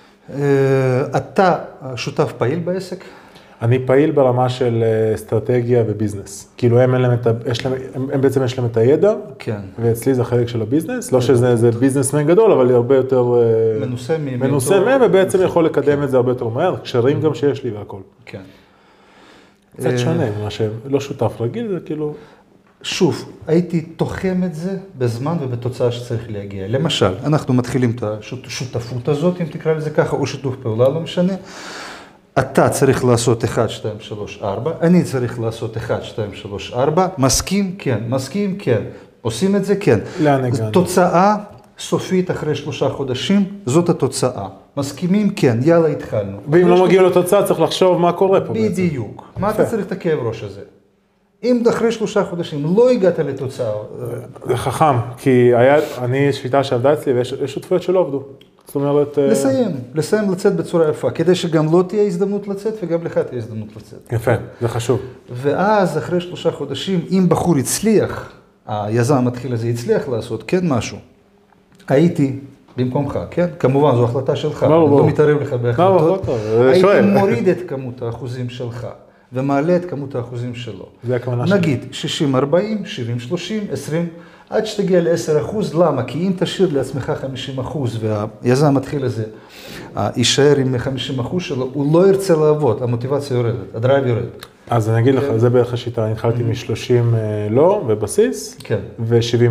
אתה שותף פעיל בעסק? אני פעיל ברמה של אסטרטגיה וביזנס. כאילו הם, אין להם את ה... יש להם, הם בעצם יש להם את הידע, כן. ואצלי זה החלק של הביזנס, לא שזה איזה ביזנסמן גדול, אבל הרבה יותר... מנוסה מ... מנוסה מהם, ובעצם יכול לקדם את זה הרבה יותר מהר, קשרים גם שיש לי והכל. כן. קצת שונה, מה שלא שותף רגיל, זה כאילו... שוב, הייתי תוחם את זה בזמן ובתוצאה שצריך להגיע. למשל, אנחנו מתחילים את השותפות הזאת, אם תקרא לזה ככה, או שיתוף פעולה, לא משנה. אתה צריך לעשות אחת, שתיים, שלוש, ארבע, אני צריך לעשות אחת, שתיים, שלוש, ארבע, מסכים? כן, מסכים? כן. עושים את זה? כן. לאן הגענו? תוצאה סופית אחרי שלושה חודשים, זאת התוצאה. מסכימים? כן, יאללה, התחלנו. ואם לא מגיע לתוצאה, צריך לחשוב מה קורה פה בעצם. בדיוק. מה אתה צריך את הכאב ראש הזה? אם אחרי שלושה חודשים לא הגעת לתוצאה... זה חכם, כי היה, אני, יש שיטה שעבדה אצלי, ויש שותפויות שלא עבדו. זאת אומרת... לסיים, לסיים לצאת בצורה יפה, כדי שגם לא תהיה הזדמנות לצאת, וגם לך תהיה הזדמנות לצאת. יפה, זה חשוב. ואז, אחרי שלושה חודשים, אם בחור הצליח, היזם המתחיל הזה הצליח לעשות, כן משהו, הייתי במקומך, כן? כמובן, זו החלטה שלך, אני לא מתערב לך בהחלטות. הייתי מוריד את כמות האחוזים שלך, ומעלה את כמות האחוזים שלו. זה הכוונה שלי. נגיד, שישים ארבעים, שבעים שלושים, עשרים, עד שתגיע ל-עשרה אחוז, למה? כי אם תשאיר לעצמך חמישים אחוז, והיזם המתחיל הזה יישאר עם חמישים אחוז שלו, הוא לא ירצה לעבוד, המוטיבציה יורדת, הדרייב יורד. אז אני אגיד לך, זה בערך השיטה, אני התחלתי מ-שלושים לא, בבסיס, ו-שבעים לי.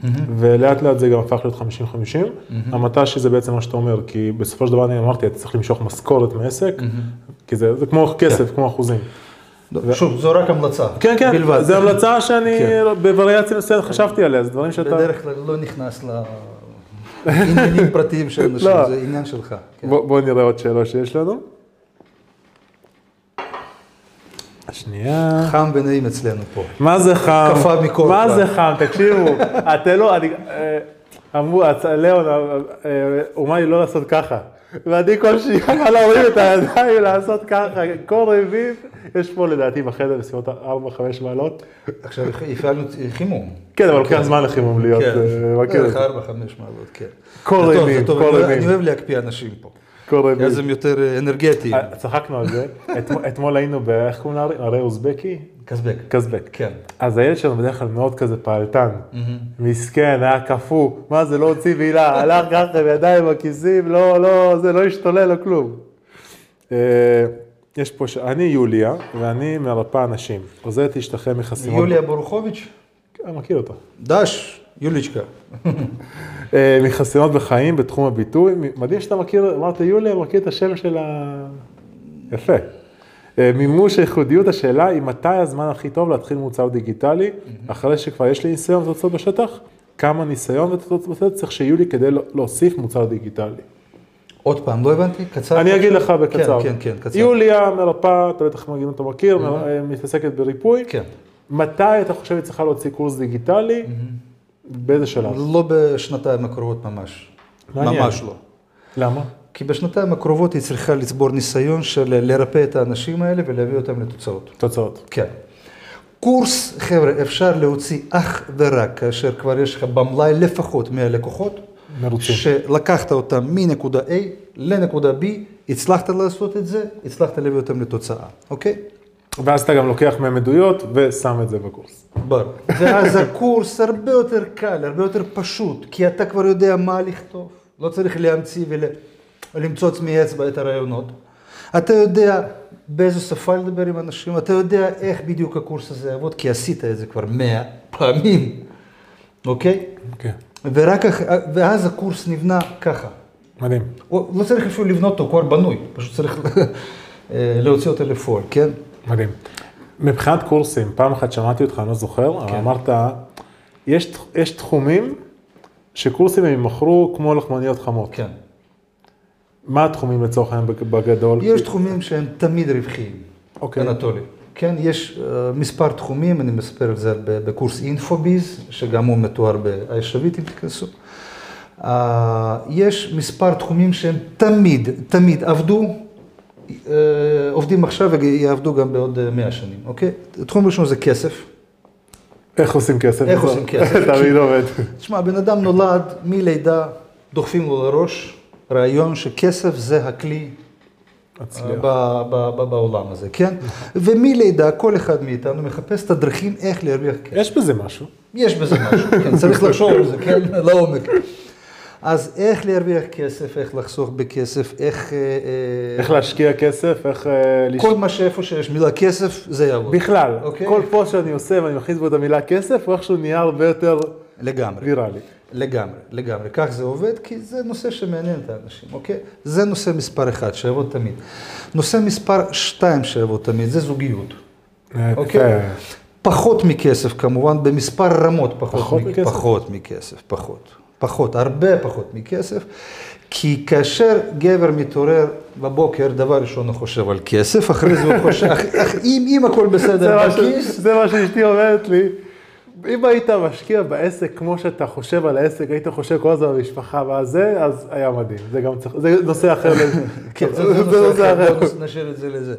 ולאט לאט זה גם הפך להיות חמישים חמישים. המט"שי זה בעצם מה שאתה אומר, כי בסופו של דבר אני אמרתי, אתה צריך למשוך משכורת מעסק, כי זה כמו כסף, כמו אחוזים. שוב, זו רק המלצה. כן, כן, זו המלצה שאני בווריאציה מסוימת חשבתי עליה, זה דברים שאתה... בדרך כלל לא נכנס לעניינים פרטיים של אנשים, זה עניין שלך. בואו נראה עוד שאלות שיש לנו. השנייה... חם ונעים אצלנו פה. מה זה חם? קפה מכל מה כבר. זה חם? תקשיבו, אתם לא, אני... אמרו, ליאון, הוא אמר לי לא לעשות ככה. ואני כל שנייה להוריד את הידיים לעשות ככה. כל רביב, יש פה לדעתי בחדר בסביבות ארבע חמש מעלות. עכשיו הפעלנו חימום. כן, אבל לוקח זמן לחימום להיות. כן, ארבע חמש מעלות, כן. כל רביב, כל רביב. אני אוהב להקפיא אנשים פה. כל רביב. אז הם יותר אנרגטיים. צחקנו על זה. אתמול היינו באיך קוראים להרי? הרי אוזבקי? קזבק. קזבק. כן. אז הילד שלנו בדרך כלל מאוד כזה פעלתן. מסכן, היה קפוא. מה זה, לא הוציא מילה, הלך ככה בידיים בכיסים, לא, לא, זה לא השתולל לו כלום. יש פה, אני יוליה, ואני מרפא אנשים. עוזרת להשתחרר מחסימות. יוליה בורוכוביץ'? אני מכיר אותה. דש, יוליצ'קה. מחסימות בחיים בתחום הביטוי. מדהים שאתה מכיר, אמרת יוליה, מכיר את השם של ה... יפה. מימוש הייחודיות, השאלה היא מתי הזמן הכי טוב להתחיל מוצר דיגיטלי, אחרי שכבר יש לי ניסיון ותוצאות בשטח, כמה ניסיון ותוצאות בשטח צריך שיהיו לי כדי להוסיף מוצר דיגיטלי. עוד פעם, לא הבנתי, קצר? אני אגיד לך בקצר. כן, כן, כן, קצר. יוליה מרפאה, אתה בטח מגיעים אתה מכיר, מתעסקת בריפוי. כן. מתי אתה חושב שצריכה להוציא קורס דיגיטלי? באיזה שלב? לא בשנתיים הקרובות ממש. ממש לא. למה? כי בשנתיים הקרובות היא צריכה לצבור ניסיון של לרפא את האנשים האלה ולהביא אותם לתוצאות. תוצאות. כן. קורס, חבר'ה, אפשר להוציא אך ורק כאשר כבר יש לך במלאי לפחות מהלקוחות, מרוצים. שלקחת אותם מנקודה A לנקודה B, הצלחת לעשות את זה, הצלחת להביא אותם לתוצאה, אוקיי? ואז אתה גם לוקח מהם עדויות ושם את זה בקורס. ברור. ואז הקורס הרבה יותר קל, הרבה יותר פשוט, כי אתה כבר יודע מה לכתוב. לא צריך להמציא ולמצוץ מאצבע את הרעיונות. אתה יודע באיזו שפה לדבר עם אנשים, אתה יודע איך בדיוק הקורס הזה יעבוד, כי עשית את זה כבר מאה פעמים, אוקיי? אוקיי. ורק, ואז הקורס נבנה ככה. מדהים. לא צריך אפילו לבנות אותו, כבר בנוי, פשוט צריך להוציא אותו לפועל, כן? מדהים. מבחינת קורסים, פעם אחת שמעתי אותך, אני לא זוכר, אבל אמרת, יש, יש תחומים שקורסים הם ימכרו כמו לחמניות חמות. כן. מה התחומים לצורך העניין בגדול? יש תחומים שהם תמיד רווחיים, אוקיי. אנטולי. כן, יש uh, מספר תחומים, אני מספר על זה בקורס אינפוביז, שגם הוא מתואר באיישבית, אם תכנסו. Uh, יש מספר תחומים שהם תמיד, תמיד עבדו, uh, עובדים עכשיו ויעבדו גם בעוד מאה שנים, אוקיי? תחום ראשון זה כסף. איך עושים כסף? איך עושים כסף? תמיד עובד. תשמע, בן אדם נולד מלידה, דוחפים לו לראש, רעיון שכסף זה הכלי בעולם הזה, כן? ומלידה, כל אחד מאיתנו מחפש את הדרכים איך להרוויח כסף. יש בזה משהו. יש בזה משהו, כן, צריך לחשוב על זה, כן? לעומק. אז איך להרוויח כסף, איך לחסוך בכסף, איך... איך להשקיע כסף, איך... כל מה שאיפה שיש מילה כסף, זה יעבוד. בכלל, כל פוסט שאני עושה ואני מכניס בו את המילה כסף, הוא איכשהו נהיה הרבה יותר ויראלי. לגמרי, לגמרי. כך זה עובד, כי זה נושא שמעניין את האנשים, אוקיי? זה נושא מספר אחד, שיעבוד תמיד. נושא מספר שתיים שיעבוד תמיד, זה זוגיות. אוקיי? פחות מכסף, כמובן, במספר רמות פחות מכסף. פחות מכסף, פחות. פחות, הרבה פחות מכסף. כי כאשר גבר מתעורר בבוקר, דבר ראשון הוא חושב על כסף, אחרי זה הוא חושב, אם הכל בסדר בכיס... זה מה שאשתי אומרת לי. אם היית משקיע בעסק כמו שאתה חושב על העסק, היית חושב כל הזמן במשפחה והזה, אז היה מדהים. זה גם צריך, זה נושא אחר. כן, זה נושא אחר, נשאיר את זה לזה.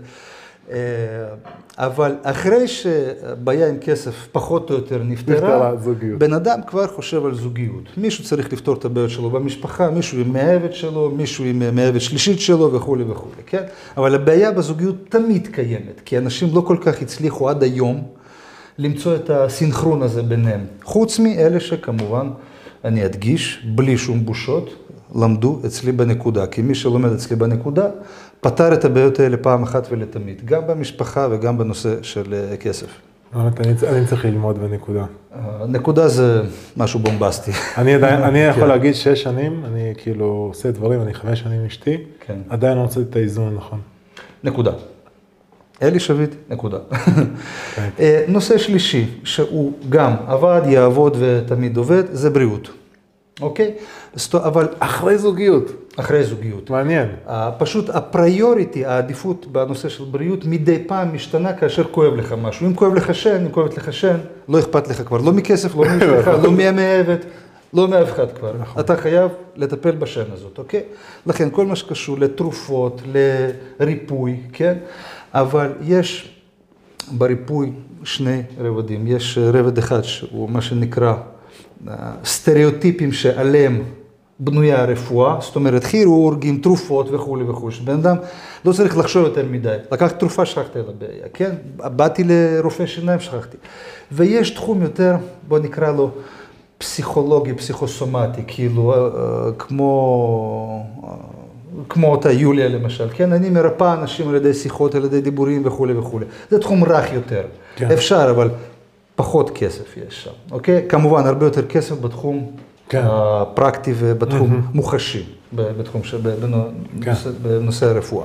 אבל אחרי שבעיה עם כסף פחות או יותר נפתרה, בן אדם כבר חושב על זוגיות. מישהו צריך לפתור את הבעיות שלו במשפחה, מישהו עם מאהבת שלו, מישהו עם מאהבת שלישית שלו וכו' וכו', כן? אבל הבעיה בזוגיות תמיד קיימת, כי אנשים לא כל כך הצליחו עד היום למצוא את הסינכרון הזה ביניהם. חוץ מאלה שכמובן, אני אדגיש, בלי שום בושות, למדו אצלי בנקודה. כי מי שלומד אצלי בנקודה, פתר את הבעיות האלה פעם אחת ולתמיד. גם במשפחה וגם בנושא של כסף. אני צריך ללמוד בנקודה. נקודה זה משהו בומבסטי. אני יכול להגיד שש שנים, אני כאילו עושה דברים, אני חמש שנים אשתי, עדיין לא מצאתי את האיזון הנכון. נקודה. אלי שביט, נקודה. נושא שלישי, שהוא גם עבד, יעבוד ותמיד עובד, זה בריאות. אוקיי? אבל אחרי זוגיות. אחרי זוגיות. מעניין. פשוט הפריוריטי, העדיפות בנושא של בריאות, מדי פעם משתנה כאשר כואב לך משהו. אם כואב לך שן, אם כואבת לך שן, לא אכפת לך כבר, לא מכסף, לא משלך, לא מהמאהבת, לא מאף אחד כבר. אתה חייב לטפל בשן הזאת, אוקיי? לכן כל מה שקשור לתרופות, לריפוי, כן? אבל יש בריפוי שני רבדים. יש רבד אחד שהוא מה שנקרא סטריאוטיפים שעליהם בנויה הרפואה, זאת אומרת כירורגים, תרופות וכו' וכו'. שבן אדם לא צריך לחשוב יותר מדי. לקחת תרופה, שכחתי על הבעיה, כן? באתי לרופא שיניים, שכחתי. ויש תחום יותר, בוא נקרא לו פסיכולוגי, פסיכוסומטי, כאילו כמו... כמו אותה יוליה למשל, כן? אני מרפא אנשים על ידי שיחות, על ידי דיבורים וכו' וכו'. זה תחום רך יותר. כן. אפשר, אבל פחות כסף יש שם, אוקיי? כמובן, הרבה יותר כסף בתחום כן. הפרקטי ובתחום mm-hmm. מוחשי, בתחום ש... בנושא, כן. בנושא הרפואה.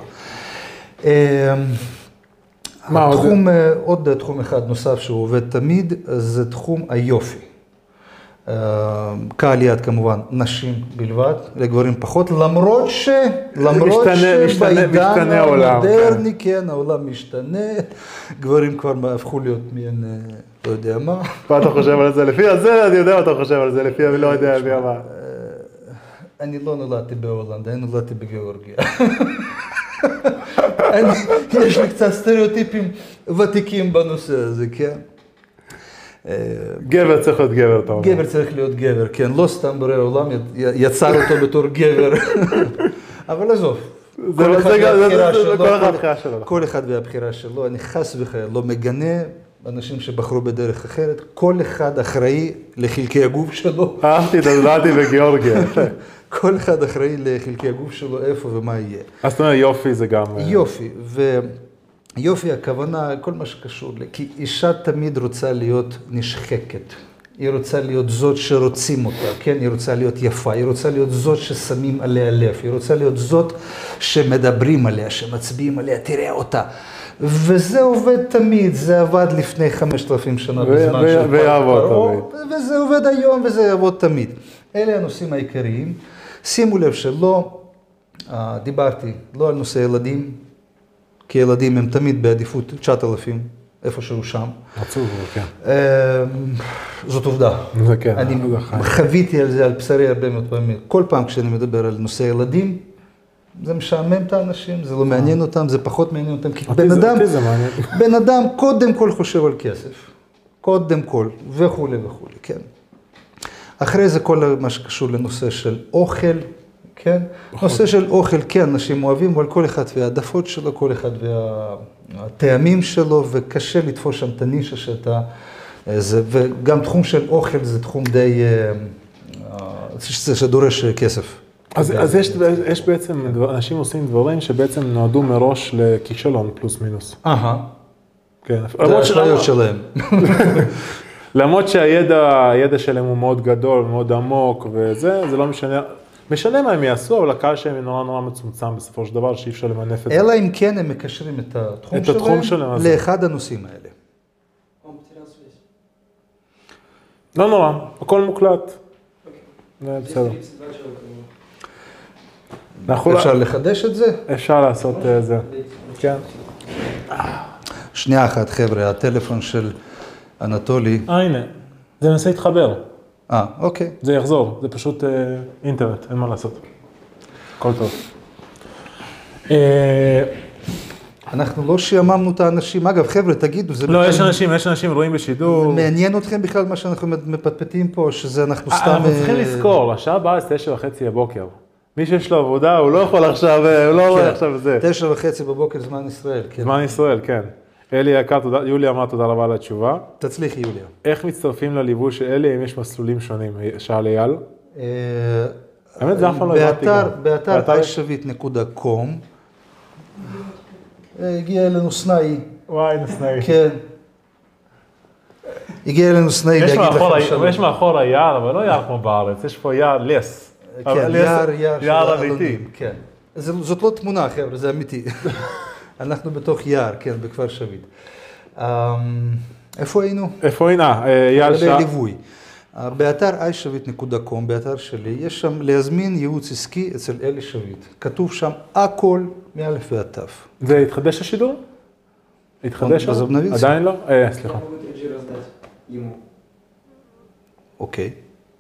מה התחום, עוד? עוד תחום אחד נוסף שהוא עובד תמיד, זה תחום היופי. קהל יעד כמובן, נשים בלבד, לגברים פחות, למרות ש... למרות שבעידן המודרני, כן, העולם משתנה, גברים כבר הפכו להיות מעין, לא יודע מה. מה אתה חושב על זה? לפי הזה אני יודע מה אתה חושב על זה, לפי אני לא יודע מי אמר. אני לא נולדתי בהולנד, אני נולדתי בגיאורגיה. יש לי קצת סטריאוטיפים ותיקים בנושא הזה, כן? גבר צריך להיות גבר, אתה אומר. גבר צריך להיות גבר, כן, לא סתם בורא העולם יצר אותו בתור גבר. אבל עזוב, כל אחד והבחירה שלו, כל אחד והבחירה שלו, אני חס וחלילה לא מגנה אנשים שבחרו בדרך אחרת, כל אחד אחראי לחלקי הגוף שלו. אהבתי, נולדתי בגיאורגיה. כל אחד אחראי לחלקי הגוף שלו, איפה ומה יהיה. אז זאת אומרת, יופי זה גם... יופי, ו... יופי, הכוונה, כל מה שקשור, כי אישה תמיד רוצה להיות נשחקת. היא רוצה להיות זאת שרוצים אותה, כן? היא רוצה להיות יפה, היא רוצה להיות זאת ששמים עליה לב, היא רוצה להיות זאת שמדברים עליה, שמצביעים עליה, תראה אותה. וזה עובד תמיד, זה עבד לפני חמשת אלפים שנה בזמן של פרעה, וזה עובד היום וזה יעבוד תמיד. אלה הנושאים העיקריים. שימו לב שלא, דיברתי לא על נושא ילדים, כי ילדים הם תמיד בעדיפות תשעת אלפים, איפשהו שם. עצוב, כן. זאת עובדה. זה כן. אני חוויתי על זה, על בשרי הרבה מאוד פעמים. כל פעם כשאני מדבר על נושא ילדים, זה משעמם את האנשים, זה לא מעניין אותם, זה פחות מעניין אותם. כי בן אדם, בן אדם קודם כל חושב על כסף. קודם כל, וכו' וכו', כן. אחרי זה כל מה שקשור לנושא של אוכל, כן? נושא של אוכל, כן, אנשים אוהבים, אבל כל אחד והעדפות שלו, כל אחד והטעמים שלו, וקשה לתפוס שם את הנישה שאתה... זה, וגם תחום של אוכל זה תחום די... שדורש כסף. אז, אז יש, יש בעצם, אנשים עושים דברים שבעצם נועדו מראש לכישלון פלוס מינוס. אהה. כן. זה השליות שלהם. למרות שהידע, הידע שלהם הוא מאוד גדול, מאוד עמוק, וזה, זה לא משנה... משנה מה הם יעשו, אבל הקהל שהם נורא נורא מצומצם בסופו של דבר, שאי אפשר למנף את זה. אלא אם כן הם מקשרים את התחום שלהם, התחום שלהם לאחד הנושאים האלה. לא נורא, הכל מוקלט. זה בסדר. אפשר לחדש את זה? אפשר לעשות זה. כן. שנייה אחת, חבר'ה, הטלפון של אנטולי. אה, הנה. זה מנסה להתחבר. אה, אוקיי. זה יחזור, זה פשוט אה, אינטרנט, אין מה לעשות. הכל טוב. אה, אנחנו לא שיממנו את האנשים, אגב, חבר'ה, תגידו, זה... לא, בכלל... יש אנשים, יש אנשים רואים בשידור. זה מעניין אתכם בכלל מה שאנחנו מפטפטים פה, שזה אנחנו סתם... אנחנו צריכים לזכור, השעה באה תשע וחצי בבוקר. מי שיש לו עבודה, הוא לא יכול עכשיו, הוא לא רואה עכשיו זה. תשע וחצי בבוקר, זמן ישראל, כן. זמן ישראל, כן. אלי יקר, יוליה אמרה תודה רבה על התשובה. תצליחי, יוליה. איך מצטרפים לליווי של אלי, אם יש מסלולים שונים? שאל אייל? האמת, זה אף פעם לא הבאתי גם. באתר איי שביט נקודה קום הגיע אלינו סנאי. וואי, סנאי. כן. הגיע אלינו סנאי יש להגיד מאחור- לכם שלום. יש מאחור היער, אבל לא יער כמו בארץ, יש פה יער לס. כן, אבל לס- יער, יער של יער העלונים, אמיתי. כן. זה- זאת לא תמונה, חבר'ה, זה אמיתי. אנחנו בתוך יער, כן, בכפר שביט. אמ, איפה היינו? איפה הנה? אה, אייל לגבי שעה. ליווי. אה, באתר איי שביט נקודה קום, באתר שלי, יש שם להזמין ייעוץ עסקי אצל אלי שביט. כתוב שם הכל מאלף ועד תף. זה התחדש השידור? התחדש? בזובנביץ? עדיין לא? אה, סליחה. Могут эджи раздать ему. אוקיי.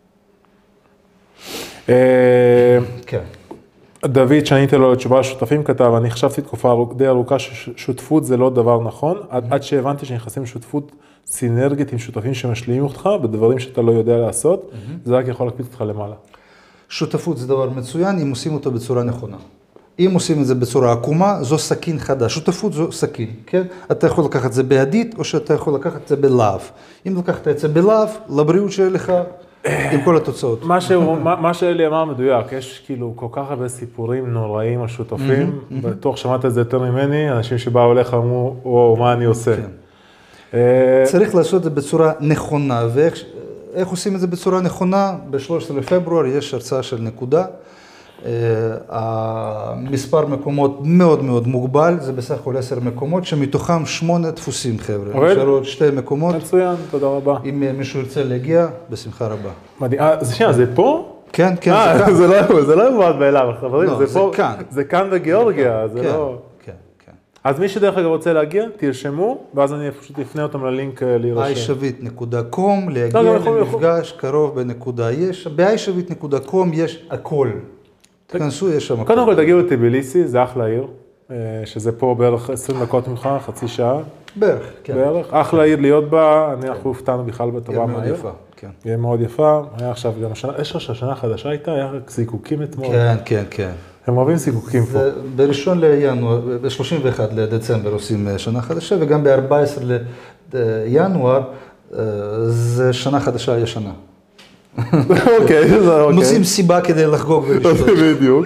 אה, כן. דוד, שעניתי לו לתשובה לשותפים, כתב, אני חשבתי תקופה ארוכ- די ארוכה ששותפות זה לא דבר נכון, עד, עד שהבנתי שנכנסים לשותפות סינרגית עם שותפים שמשלימים אותך בדברים שאתה לא יודע לעשות, זה רק יכול להקפיץ אותך למעלה. שותפות זה דבר מצוין, אם עושים אותו בצורה נכונה. אם עושים את זה בצורה עקומה, זו סכין חדש. שותפות זו סכין, כן? אתה יכול לקחת את זה בידית, או שאתה יכול לקחת את זה בלהב. אם לקחת את זה בלהב, לבריאות שיהיה לך, עם כל התוצאות. מה שהוא- מה- מה שאלי אמר מדויק, יש כאילו כל כך הרבה סיפורים נוראים על שותפים, בטוח שמעת את זה יותר ממני, אנשים שבאו אליך אמרו, וואו, מה אני עושה? כן. אה, צריך לעשות את זה בצורה נכונה, ואיך איך עושים את זה בצורה נכונה? ב-שלושה עשר לפברואר יש הרצאה של נקודה. אה, המספר מקומות מאוד מאוד מוגבל, זה בסך הכל עשר מקומות, שמתוכם שמונה דפוסים, חבר'ה. עובד? נשארו עוד שתי מקומות. מצוין, תודה רבה. אם מישהו ירצה להגיע, בשמחה רבה. מדהים. אה, זה שנייה, זה פה? כן, כן, אה, זה כאן. זה לא- זה לא מובן מאליו, חברים, לא, זה זה פה, כאן. זה כאן בגיאורגיה, זה כן, לא... כן, כן. אז מי שדרך אגב רוצה להגיע, תרשמו, ואז אני פשוט אפנה אותם ללינק אה, איי להירשם. שביט נקודה קום, להגיע לא, יכול- למפגש קרוב בנקודה. יש, ב-איי שביט נקודה קום יש הכל. תכנסו, יש שם הכל. קודם כל תגיעו לטיביליסי, זה אחלה עיר, אה, שזה פה בערך עשרים דקות ממך, חצי שעה בערך, כן. בערך. אחלה עיר להיות בה, אני אנחנו הופתענו בכלל בטובה עיר מאוד מהעיר. יפה, כן. עיר מאוד יפה, היה עכשיו גם השנה, יש לך שהשנה החדשה הייתה, היה רק זיקוקים אתמול. כן, כן, כן. הם אוהבים זיקוקים פה. זה בראשון לינואר, ב-שלושים ואחד לדצמבר עושים שנה חדשה, וגם ב-ארבעה עשר לינואר זה שנה חדשה ישנה. אוקיי, זה אוקיי. מוצאים סיבה כדי לחגוג ולשתות. בדיוק.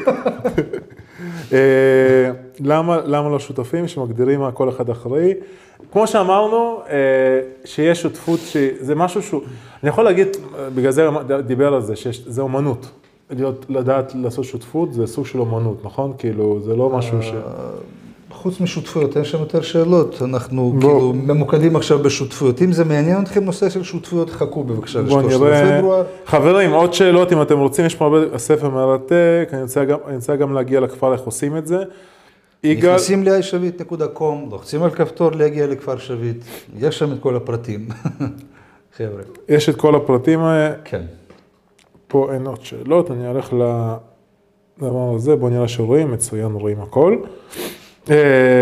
אה, למה, למה לא שותפים שמגדירים מה כל אחד אחראי? כמו שאמרנו, אה, שיש שותפות, שזה משהו שהוא, אני יכול להגיד, בגלל זה דיבר על זה, שזה אומנות. להיות, לדעת לעשות שותפות זה סוג של אומנות, נכון? כאילו, זה לא משהו ש... חוץ משותפויות, אין שם יותר שאלות, אנחנו בוא. כאילו ממוקדים עכשיו בשותפויות. אם זה מעניין אתכם נושא של שותפויות, חכו בבקשה בוא ל-שלושה נראה. לפברואר. חברים, עוד שאלות אם אתם רוצים, יש פה הרבה ספר מרתק, אני רוצה גם, אני רוצה גם להגיע לכפר, איך עושים את זה. יגאל, נכנסים ל-איי שביט נקודה קום, לוחצים על כפתור להגיע לכפר שביט, יש שם את כל הפרטים. חבר'ה. יש את כל הפרטים האלה, כן. פה אין עוד שאלות, אני הולך לדבר הזה, בואו נראה שרואים, מצוין, רואים הכל. אה,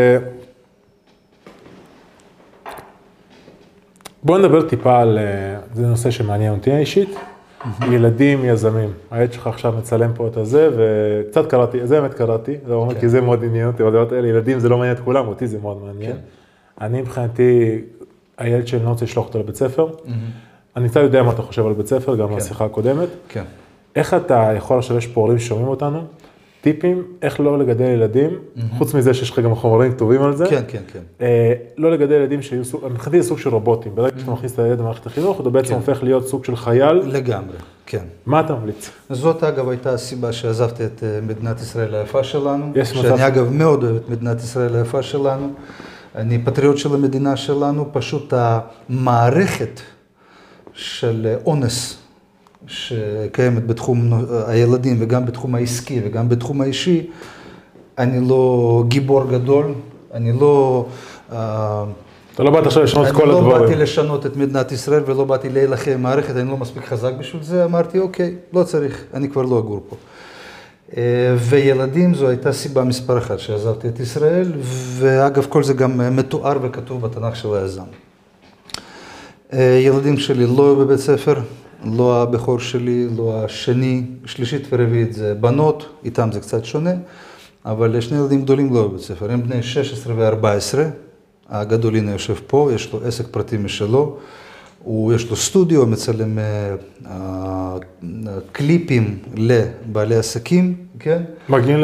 בואו נדבר טיפה על, אה, זה נושא שמעניין אותי אישית, ילדים יזמים. הילד שלך עכשיו מצלם פה את הזה, וקצת קראתי, זה באמת קראתי, זה אומר כי זה מאוד עניין אותי, אבל דעות אלה, ילדים זה לא מעניין את כולם, אותי זה מאוד מעניין. אני מבחינתי, הילד שלי לא רוצה לשלוח אותו לבית ספר, אני קצת יודע מה אתה חושב על בית ספר, גם מהשיחה הקודמת. כן. איך אתה יכול עכשיו, יש פה הורים ששומעים אותנו, טיפים, איך לא לגדל ילדים, חוץ מזה שיש לך גם חומרים טובים על זה. כן, כן, כן. אה, לא לגדל ילדים שיהיו סוג, מבחינתי זה סוג של רובוטים, ברגע שאתה מכניס את הילד למערכת החינוך, אתה בעצם הופך להיות סוג של חייל. לגמרי, כן. מה אתה ממליץ? זאת אגב הייתה הסיבה שעזבתי את אה, מדינת ישראל היפה שלנו, יש מצב- שאני אגב מאוד אוהב את מדינת ישראל היפה שלנו, אני פטריוט של המדינה שלנו, פשוט המערכת של אונס שקיימת בתחום הילדים וגם בתחום העסקי וגם בתחום האישי, אני לא גיבור גדול, אני לא... אה, אתה לא באת עכשיו לשנות את כל אני לא הדברים. באתי לשנות את מדינת ישראל ולא באתי להילחם מערכת, אני לא מספיק חזק בשביל זה, אמרתי אוקיי, לא צריך, אני כבר לא אגור פה. אה, וילדים זו הייתה סיבה מספר אחת שעזבתי את ישראל, ואגב כל זה גם מתואר וכתוב בתנ"ך של היזם. אה, ילדים שלי לא היו בבית ספר, לא הבכור שלי, לא השני, שלישית ורביעית זה בנות, איתם זה קצת שונה, אבל שני ילדים גדולים לא היו בבית ספר, הם בני שש עשרה ו-ארבע עשרה, הגדול הנה יושב פה, יש לו עסק פרטי משלו, הוא, יש לו סטודיו, מצלם אה, אה, קליפים לבעלי עסקים, כן? מגיעים לפה?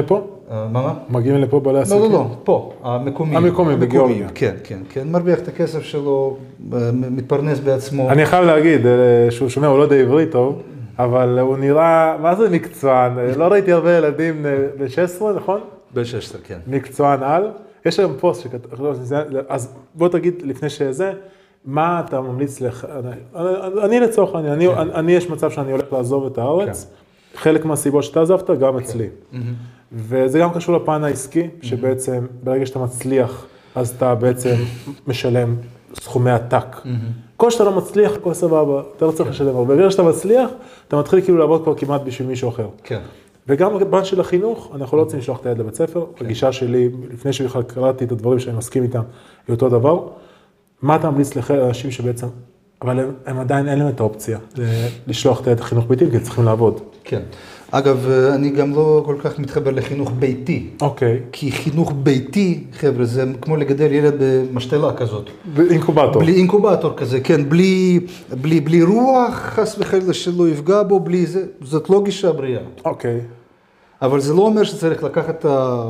מה מה? מגיעים לפה בעלי עסקים? לא, לא, לא, פה, המקומיים. המקומיים, בגיאורגיה. כן, כן, כן, מרוויח את הכסף שלו, מתפרנס בעצמו. אני חייב להגיד שהוא שומע, הוא לא יודע עברית טוב, אבל הוא נראה, מה זה מקצוען? לא ראיתי הרבה ילדים ב-שש עשרה, נכון? ב-שש עשרה, כן. מקצוען על. יש היום פוסט שכתוב, אז בוא תגיד לפני שזה, מה אתה ממליץ לך? אני לצורך העניין, אני, אני יש מצב שאני הולך לעזוב את הארץ, חלק מהסיבות שאתה עזבת, גם אצלי. וזה גם קשור לפן העסקי, שבעצם ברגע שאתה מצליח, אז אתה בעצם משלם סכומי עתק. כל שאתה לא מצליח, הכל סבבה, אתה לא צריך לשלם הרבה. ברגע שאתה מצליח, אתה מתחיל כאילו לעבוד כבר כמעט בשביל מישהו אחר. כן. וגם בפן של החינוך, אנחנו לא רוצים לשלוח את היד לבית ספר. הגישה שלי, לפני שבכלל קראתי את הדברים שאני מסכים איתם, היא אותו דבר. מה אתה ממליץ לאנשים שבעצם, אבל הם, הם עדיין אין להם את האופציה לשלוח את היד לחינוך ביתי, כי הם צריכים לעבוד. כן. אגב, אני גם לא כל כך מתחבר לחינוך ביתי. אוקיי. כי חינוך ביתי, חבר'ה, זה כמו לגדל ילד במשתלה כזאת. באינקובטור. בלי אינקובטור כזה, כן, בלי, בלי, בלי רוח, חס וחלילה שלא יפגע בו, בלי זה, זאת לא גישה בריאה. אוקיי. אבל זה לא אומר שצריך לקחת את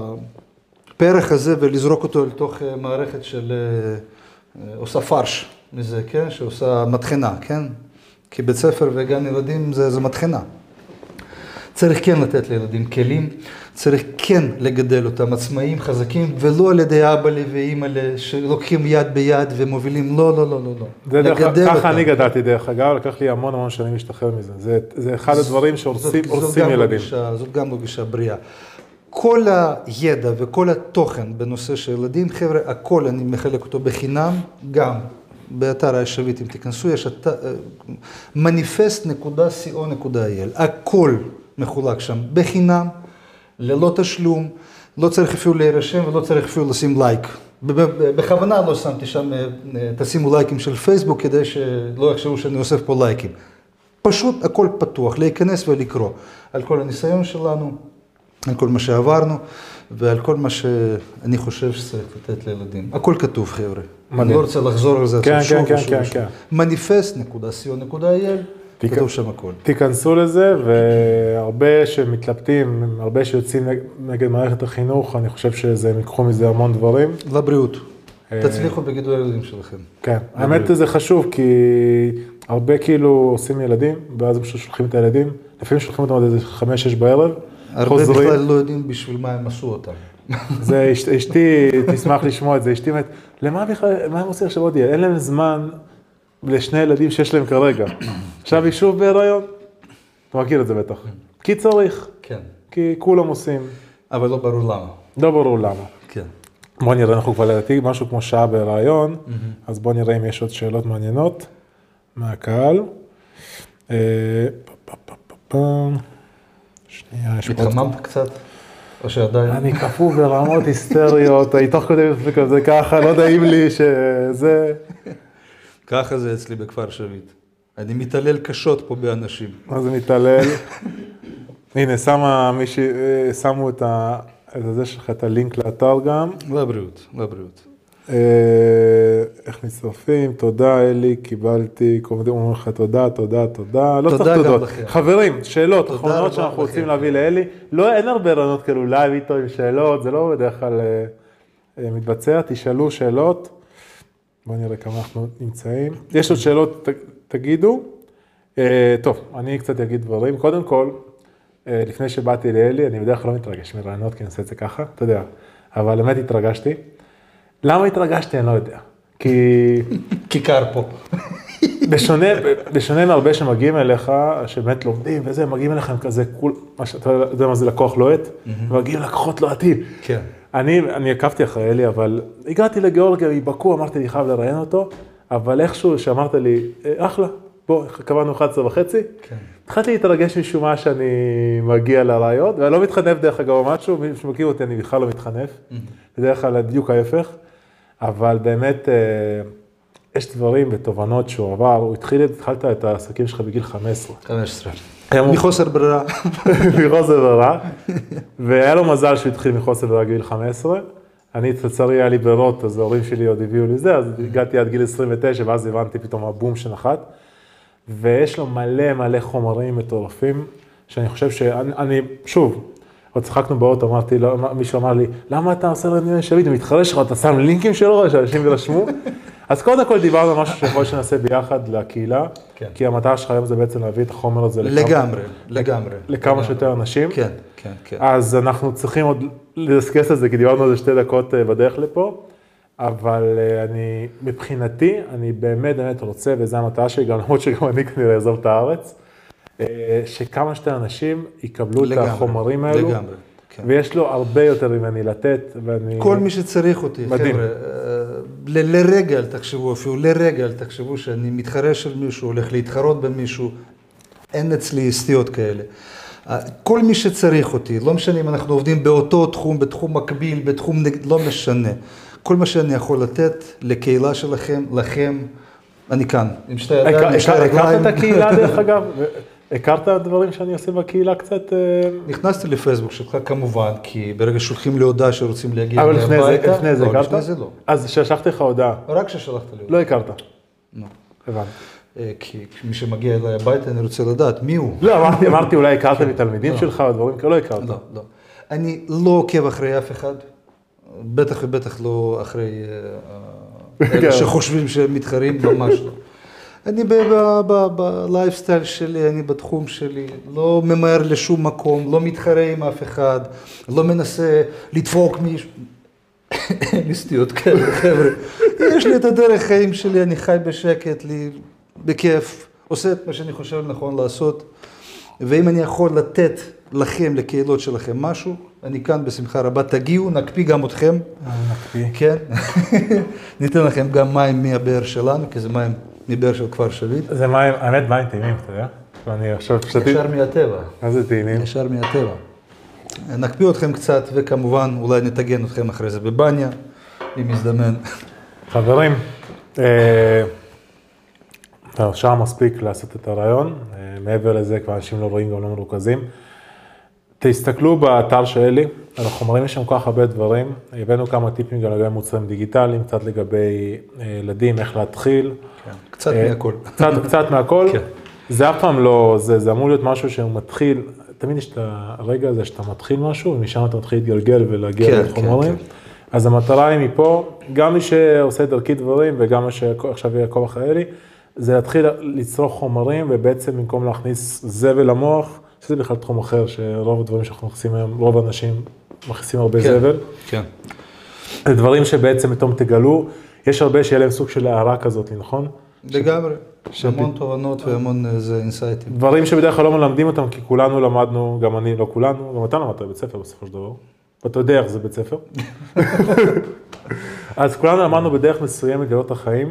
הפרח הזה ולזרוק אותו לתוך מערכת של עושה פרש מזה, כן? שעושה מתחנה, כן? כי בית ספר וגן ילדים זה, זה מתחנה. צריך כן לתת לילדים כלים, צריך כן לגדל אותם עצמאים חזקים, ולא על ידי אבא ואמא שלוקחים יד ביד ומובילים, לא, לא, לא, לא, לא. זה דרך, ככה אני גדלתי דרך אגב, לקח לי המון המון שנים להשתחרר מזה. זה, זה אחד הדברים שהורסים ילדים. זאת גם לא גישה בריאה. כל הידע וכל התוכן בנושא של ילדים, חבר'ה, הכל אני מחלק אותו בחינם, גם באתר השביט, אם תיכנסו, יש מניפסט נקודה סי או נקודה איי אל, הכל מחולק שם בחינם, ללא תשלום, לא צריך אפילו להירשם ולא צריך אפילו לשים לייק. בכוונה לא שמתי שם, תשימו לייקים של פייסבוק כדי שלא יחשבו שאני אוסף פה לייקים. פשוט הכל פתוח, להיכנס ולקרוא על כל הניסיון שלנו, על כל מה שעברנו ועל כל מה שאני חושב שצריך לתת לילדים. הכל כתוב, חבר'ה. אני לא רוצה לחזור על זה. כן, כן, כן, כן, כן. מניפסט נקודה סי או נקודה איי אל. כתוב שם הכל. תיכנסו לזה, והרבה שמתלבטים, הרבה שיוצאים נגד מערכת החינוך, אני חושב שהם ייקחו מזה המון דברים. לבריאות. תצליחו בגידול הילדים שלכם. כן, האמת זה חשוב, כי הרבה כאילו עושים ילדים, ואז הם שולחים את הילדים, לפעמים שולחים אותם עד איזה חמש, שש בערב, הרבה בכלל לא יודעים בשביל מה הם עשו אותם. זה, אשתי תשמח לשמוע את זה, אשתי אומרת, למה בכלל, מה הם עושים עכשיו עוד ילד? אין להם זמן לשני ילדים שיש להם כרגע. עכשיו היא שוב בהיריון, אתה מכיר את זה בטח. כי צריך. כן. כי כולם עושים. אבל לא ברור למה. לא ברור למה. כן. בוא נראה, אנחנו כבר לדעתי משהו כמו שעה בהיריון, אז בוא נראה אם יש עוד שאלות מעניינות מהקהל. שנייה, יש עוד... התחממת קצת? או שעדיין? אני כפו ברמות היסטריות, אני תוך כדי כזה ככה, לא נעים לי שזה... ככה זה אצלי בכפר שביט. אני מתעלל קשות פה באנשים. מה זה מתעלל? הנה, שמה מישהי, שמו את זה שלך, את הלינק לאתר גם. לבריאות, לבריאות. איך מצטרפים? תודה, אלי, קיבלתי, אומרים לך תודה, תודה, תודה. לא צריך תודות. חברים, שאלות, אחרונות שאנחנו רוצים להביא לאלי. לא, אין הרבה רעיונות כאלו, לייב איתו עם שאלות, זה לא בדרך כלל מתבצע, תשאלו שאלות. בואו נראה כמה אנחנו נמצאים. יש עוד שאלות, תגידו. טוב, אני קצת אגיד דברים. קודם כל, לפני שבאתי לאלי, אני בדרך כלל לא מתרגש מרעיונות, כי אני עושה את זה ככה, אתה יודע. אבל באמת התרגשתי. למה התרגשתי? אני לא יודע. כי... כי קר פה. בשונה, בשונה מהרבה שמגיעים אליך, שבאמת לומדים וזה, מגיעים אליכם כזה, אתה יודע מה זה לקוח לוהט? מגיעים לקוחות לוהטים. כן. אני, אני עקבתי אחרי אלי, אבל הגעתי לגיאורגיה, מבקו, אמרתי לי, חייב לראיין אותו, אבל איכשהו שאמרת לי, אחלה, בוא, קבענו אחת עשרה וחצי, כן. התחלתי להתרגש משום מה שאני מגיע לרעיון, ואני לא מתחנף דרך אגב או משהו, מי שמכיר אותי, אני בכלל לא מתחנף, בדרך כלל בדיוק ההפך, אבל באמת, יש דברים ותובנות שהוא עבר, הוא התחיל, התחלת את העסקים שלך בגיל חמש עשרה. חמש עשרה. מחוסר ברירה. מחוסר ברירה, והיה לו מזל שהוא התחיל מחוסר ברירה גיל חמש עשרה, אני לצערי היה לי ברירות, אז ההורים שלי עוד הביאו לי זה, אז הגעתי עד גיל עשרים ותשע, ואז הבנתי פתאום הבום שנחת, ויש לו מלא מלא חומרים מטורפים, שאני חושב שאני, אני, שוב, עוד צחקנו באוטו, אמרתי, מישהו אמר לי, למה אתה עושה רעיון שביט? הוא מתחרה שלך, אתה שם לינקים שלו, שאנשים ירשמו. אז קודם כל דיברנו על משהו שיכול שנעשה ביחד לקהילה, כן. כי המטרה שלך היום זה בעצם להביא את החומר הזה לגמרי, לגמרי. לכמה שיותר אנשים. כן, כן, כן. אז אנחנו צריכים עוד לדסקס את זה, כי דיברנו על זה שתי דקות בדרך לפה, אבל אני, מבחינתי, אני באמת באמת רוצה, וזו המטרה שלי, גם למרות שגם אני כנראה אעזוב את הארץ, שכמה שיותר אנשים יקבלו לגמרי, את החומרים האלו, לגמרי, כן. ויש לו הרבה יותר ממני לתת, ואני... כל מי שצריך אותי, מדהים. חבר'ה, ל- לרגע אל תחשבו, אפילו לרגע אל תחשבו שאני מתחרה של מישהו, הולך להתחרות במישהו, אין אצלי סטיות כאלה. כל מי שצריך אותי, לא משנה אם אנחנו עובדים באותו תחום, בתחום מקביל, בתחום נגד, לא משנה. כל מה שאני יכול לתת לקהילה שלכם, לכם, אני כאן, עם שתי ידיים, עם שתי רגליים. הכרת את הקהילה דרך אגב? הכרת דברים שאני עושה בקהילה קצת? נכנסתי לפייסבוק שלך כמובן, כי ברגע שולחים לי הודעה שרוצים להגיע אבל לפני זה, לפני זה הכרת? לפני זה לא. אז ששלחתי לך הודעה. רק ששלחת לי הודעה. לא הכרת? לא. הבנתי. כי מי שמגיע אליי הביתה אני רוצה לדעת מי הוא. לא, אמרתי אולי הכרת מתלמידים שלך או דברים כאלה, לא הכרת. לא, לא. אני לא עוקב אחרי אף אחד, בטח ובטח לא אחרי אלה שחושבים שהם מתחרים, ממש לא. אני בלייפסטייל שלי, אני בתחום שלי, לא ממהר לשום מקום, לא מתחרה עם אף אחד, לא מנסה לדפוק מישהו. אין לי סטיות כאלה, חבר'ה. יש לי את הדרך חיים שלי, אני חי בשקט, לי בכיף, עושה את מה שאני חושב נכון לעשות, ואם אני יכול לתת לכם, לקהילות שלכם משהו, אני כאן בשמחה רבה, תגיעו, נקפיא גם אתכם. נקפיא. כן. ניתן לכם גם מים מהבאר שלנו, כי זה מים מבאר של כפר שביט. זה מים, האמת מים טעימים, אתה יודע? ואני עכשיו פשטתי... ישר מהטבע. מה זה טעימים? ישר מהטבע. נקפיא אתכם קצת, וכמובן אולי נתגן אתכם אחרי זה בבניה, אם יזדמן. חברים, שם מספיק לעשות את הרעיון, מעבר לזה כבר אנשים לא רואים, גם לא מרוכזים. תסתכלו באתר שלי, על החומרים יש שם כל כך הרבה דברים, הבאנו כמה טיפים גם לגבי מוצרים דיגיטליים, קצת לגבי ילדים, איך להתחיל. קצת מהכל. קצת, קצת מהכל. זה אף פעם לא, זה, זה אמור להיות משהו שהוא מתחיל, תמיד יש את הרגע הזה שאתה מתחיל משהו, ומשם אתה מתחיל להתגלגל ולהגיע לחומרים. אז המטרה היא מפה, גם מי שעושה דרכי דברים, וגם מי שעכשיו יעקב אחרי, זה להתחיל לצרוך חומרים, ובעצם במקום להכניס זבל למוח, שזה בכלל תחום אחר, שרוב הדברים שאנחנו מכניסים היום, רוב האנשים מכניסים הרבה כן, זבל. כן. זה דברים שבעצם פתאום תגלו, יש הרבה שיהיה להם סוג של הערה כזאת, נכון? לגמרי, ש... המון תובנות והמון איזה אינסייטים. דברים שבדרך כלל לא מלמדים אותם, כי כולנו למדנו, גם אני, לא כולנו, גם אתה למדת בבית ספר בסופו של דבר. ואתה יודע איך זה בית ספר. אז כולנו למדנו בדרך מסוימת לגלות החיים,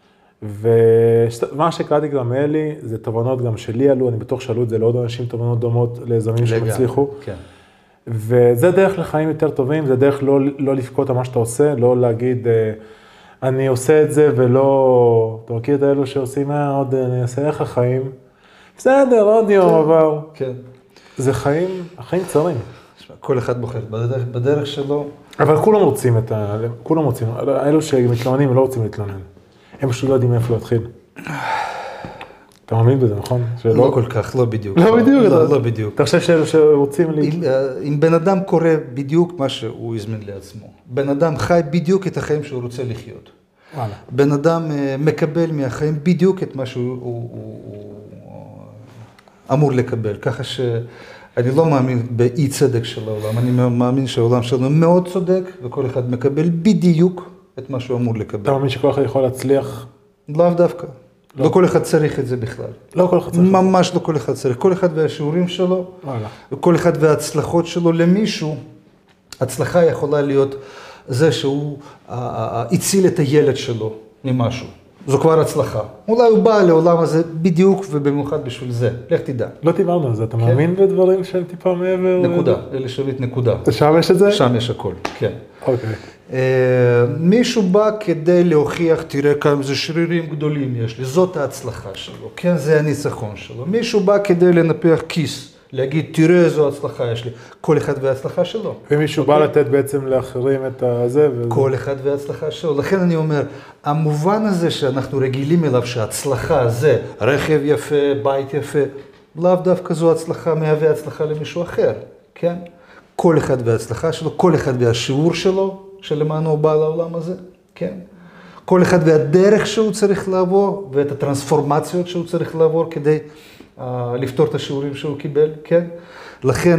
ומה שקראתי גם מאלי, זה תובנות גם שלי עלו, אני בטוח שאלו את זה לעוד אנשים, תובנות דומות ליזמים שמצליחו. כן. וזה דרך לחיים יותר טובים, זה דרך לא, לא לפקוט על מה שאתה עושה, לא להגיד, אני עושה את זה ולא, אתה מכיר את האלו שעושים, מה עוד אני אעשה, איך החיים? בסדר, עוד יום עבר. כן. זה חיים, החיים קצרים. כל אחד בוחר בדרך, בדרך שלו. אבל כולם רוצים את ה... כולם רוצים, אלו שמתלוננים לא רוצים להתלונן. הם פשוט לא יודעים איפה להתחיל. אתה מאמין בזה, נכון? לא כל כך, לא בדיוק. לא בדיוק. לא בדיוק. אתה חושב שאלו שרוצים... אם בן אדם קורא בדיוק מה שהוא הזמין לעצמו, בן אדם חי בדיוק את החיים שהוא רוצה לחיות. בן אדם מקבל מהחיים בדיוק את מה שהוא אמור לקבל. ככה שאני לא מאמין באי צדק של העולם, אני מאמין שהעולם שלנו מאוד צודק, וכל אחד מקבל בדיוק את מה שהוא אמור לקבל. אתה מאמין שכל אחד יכול להצליח? לאו דווקא. לא כל אחד צריך את זה בכלל. לא כל אחד צריך. ממש לא כל אחד צריך. כל אחד והשיעורים שלו, וכל אחד וההצלחות שלו למישהו, הצלחה יכולה להיות זה שהוא הציל את הילד שלו ממשהו. זו כבר הצלחה. אולי הוא בא לעולם הזה בדיוק ובמיוחד בשביל זה. לך תדע. לא דיברנו על זה. אתה מאמין בדברים שהם טיפה מעבר? נקודה. אלה שביט נקודה. שם יש את זה? שם יש הכל, כן. אוקיי. מישהו בא כדי להוכיח, תראה כמה זה שרירים גדולים יש לי, זאת ההצלחה שלו, כן, זה הניצחון שלו. מישהו בא כדי לנפח כיס, להגיד, תראה איזו הצלחה יש לי, כל אחד וההצלחה שלו. ומישהו בא לתת בעצם לאחרים את הזה. כל אחד וההצלחה שלו. לכן אני אומר, המובן הזה שאנחנו רגילים אליו, שההצלחה זה רכב יפה, בית יפה, לאו דווקא זו הצלחה, מהווה הצלחה למישהו אחר, כן? כל אחד וההצלחה שלו, כל אחד והשיעור שלו, שלמענו הוא בא לעולם הזה, כן? כל אחד והדרך שהוא צריך לעבור, ואת הטרנספורמציות שהוא צריך לעבור כדי uh, לפתור את השיעורים שהוא קיבל, כן? לכן,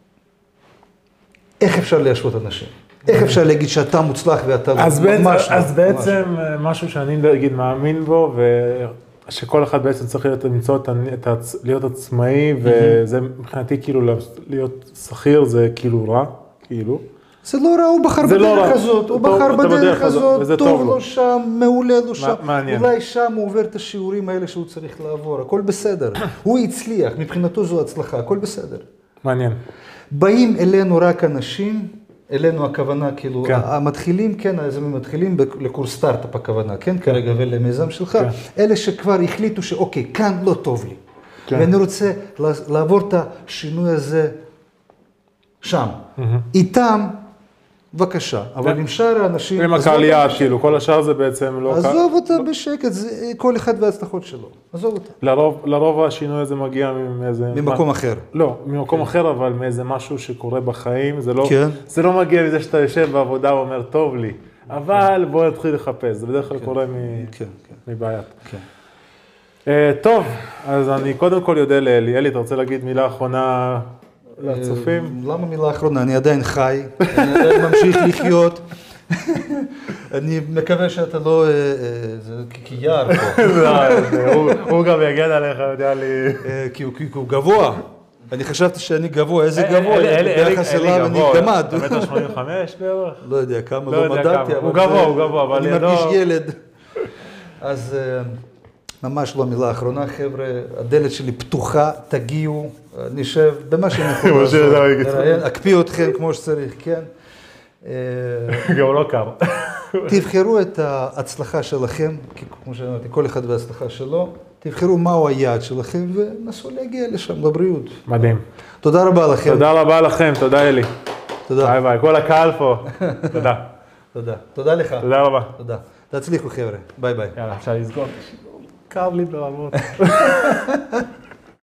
איך אפשר להשוות אנשים? איך אפשר להגיד שאתה מוצלח ואתה לא? אז בעצם, ממש אז לא, בעצם ממש. משהו שאני נגיד מאמין בו, ושכל אחד בעצם צריך להיות, למצוא את, את, להיות עצמאי, וזה מבחינתי כאילו להיות שכיר זה כאילו רע, כאילו. זה לא רע, הוא בחר בדרך הזאת, הוא בחר בדרך הזאת, טוב לו שם, מעולה לו שם. אולי שם הוא עובר את השיעורים האלה שהוא צריך לעבור, הכל בסדר. הוא הצליח, מבחינתו זו הצלחה, הכל בסדר. מעניין. באים אלינו רק אנשים, אלינו הכוונה, כאילו, המתחילים, כן, אז הם מתחילים לקורס סטארט-אפ הכוונה, כן, כרגע ולמיזם שלך, אלה שכבר החליטו שאוקיי, כאן לא טוב לי. ואני רוצה לעבור את השינוי הזה שם. איתם, בבקשה, אבל עם שאר האנשים... עם הקהל יעד, כאילו, כל השאר זה בעצם לא... עזוב אותה בשקט, כל אחד וההצלחות שלו, עזוב אותה. לרוב השינוי הזה מגיע מאיזה... ממקום אחר. לא, ממקום אחר, אבל מאיזה משהו שקורה בחיים, זה לא מגיע מזה שאתה יושב בעבודה ואומר, טוב לי, אבל בוא נתחיל לחפש, זה בדרך כלל קורה מבעיית. טוב, אז אני קודם כל יודע לאלי, אלי, אתה רוצה להגיד מילה אחרונה לצופים? למה מילה אחרונה? אני עדיין חי, אני עדיין ממשיך לחיות. אני מקווה שאתה לא... זה קייר פה. הוא גם יגן עליך, יודע לי. כי הוא גבוה. אני חשבתי שאני גבוה, איזה גבוה? ביחס אליו אני גמד. אתה מטר שמונים וחמש בערך? לא יודע כמה, לא מדעתי. הוא גבוה, הוא גבוה, אבל אני מרגיש ילד. אז... ממש לא מילה אחרונה, חבר'ה, הדלת שלי פתוחה, תגיעו, נשב, במה שאני יכול לעשות, אקפיא אתכם כמו שצריך, כן? גם לא קר. תבחרו את ההצלחה שלכם, כמו שאמרתי, כל אחד וההצלחה שלו, תבחרו מהו היעד שלכם ונסו להגיע לשם, לבריאות. מדהים. תודה רבה לכם. תודה רבה לכם, תודה אלי. תודה. ביי ביי, כל הקהל פה. תודה. תודה. תודה לך. תודה רבה. תודה. תצליחו חבר'ה, ביי ביי. יאללה, אפשר לסגור. כאב לי ברמות.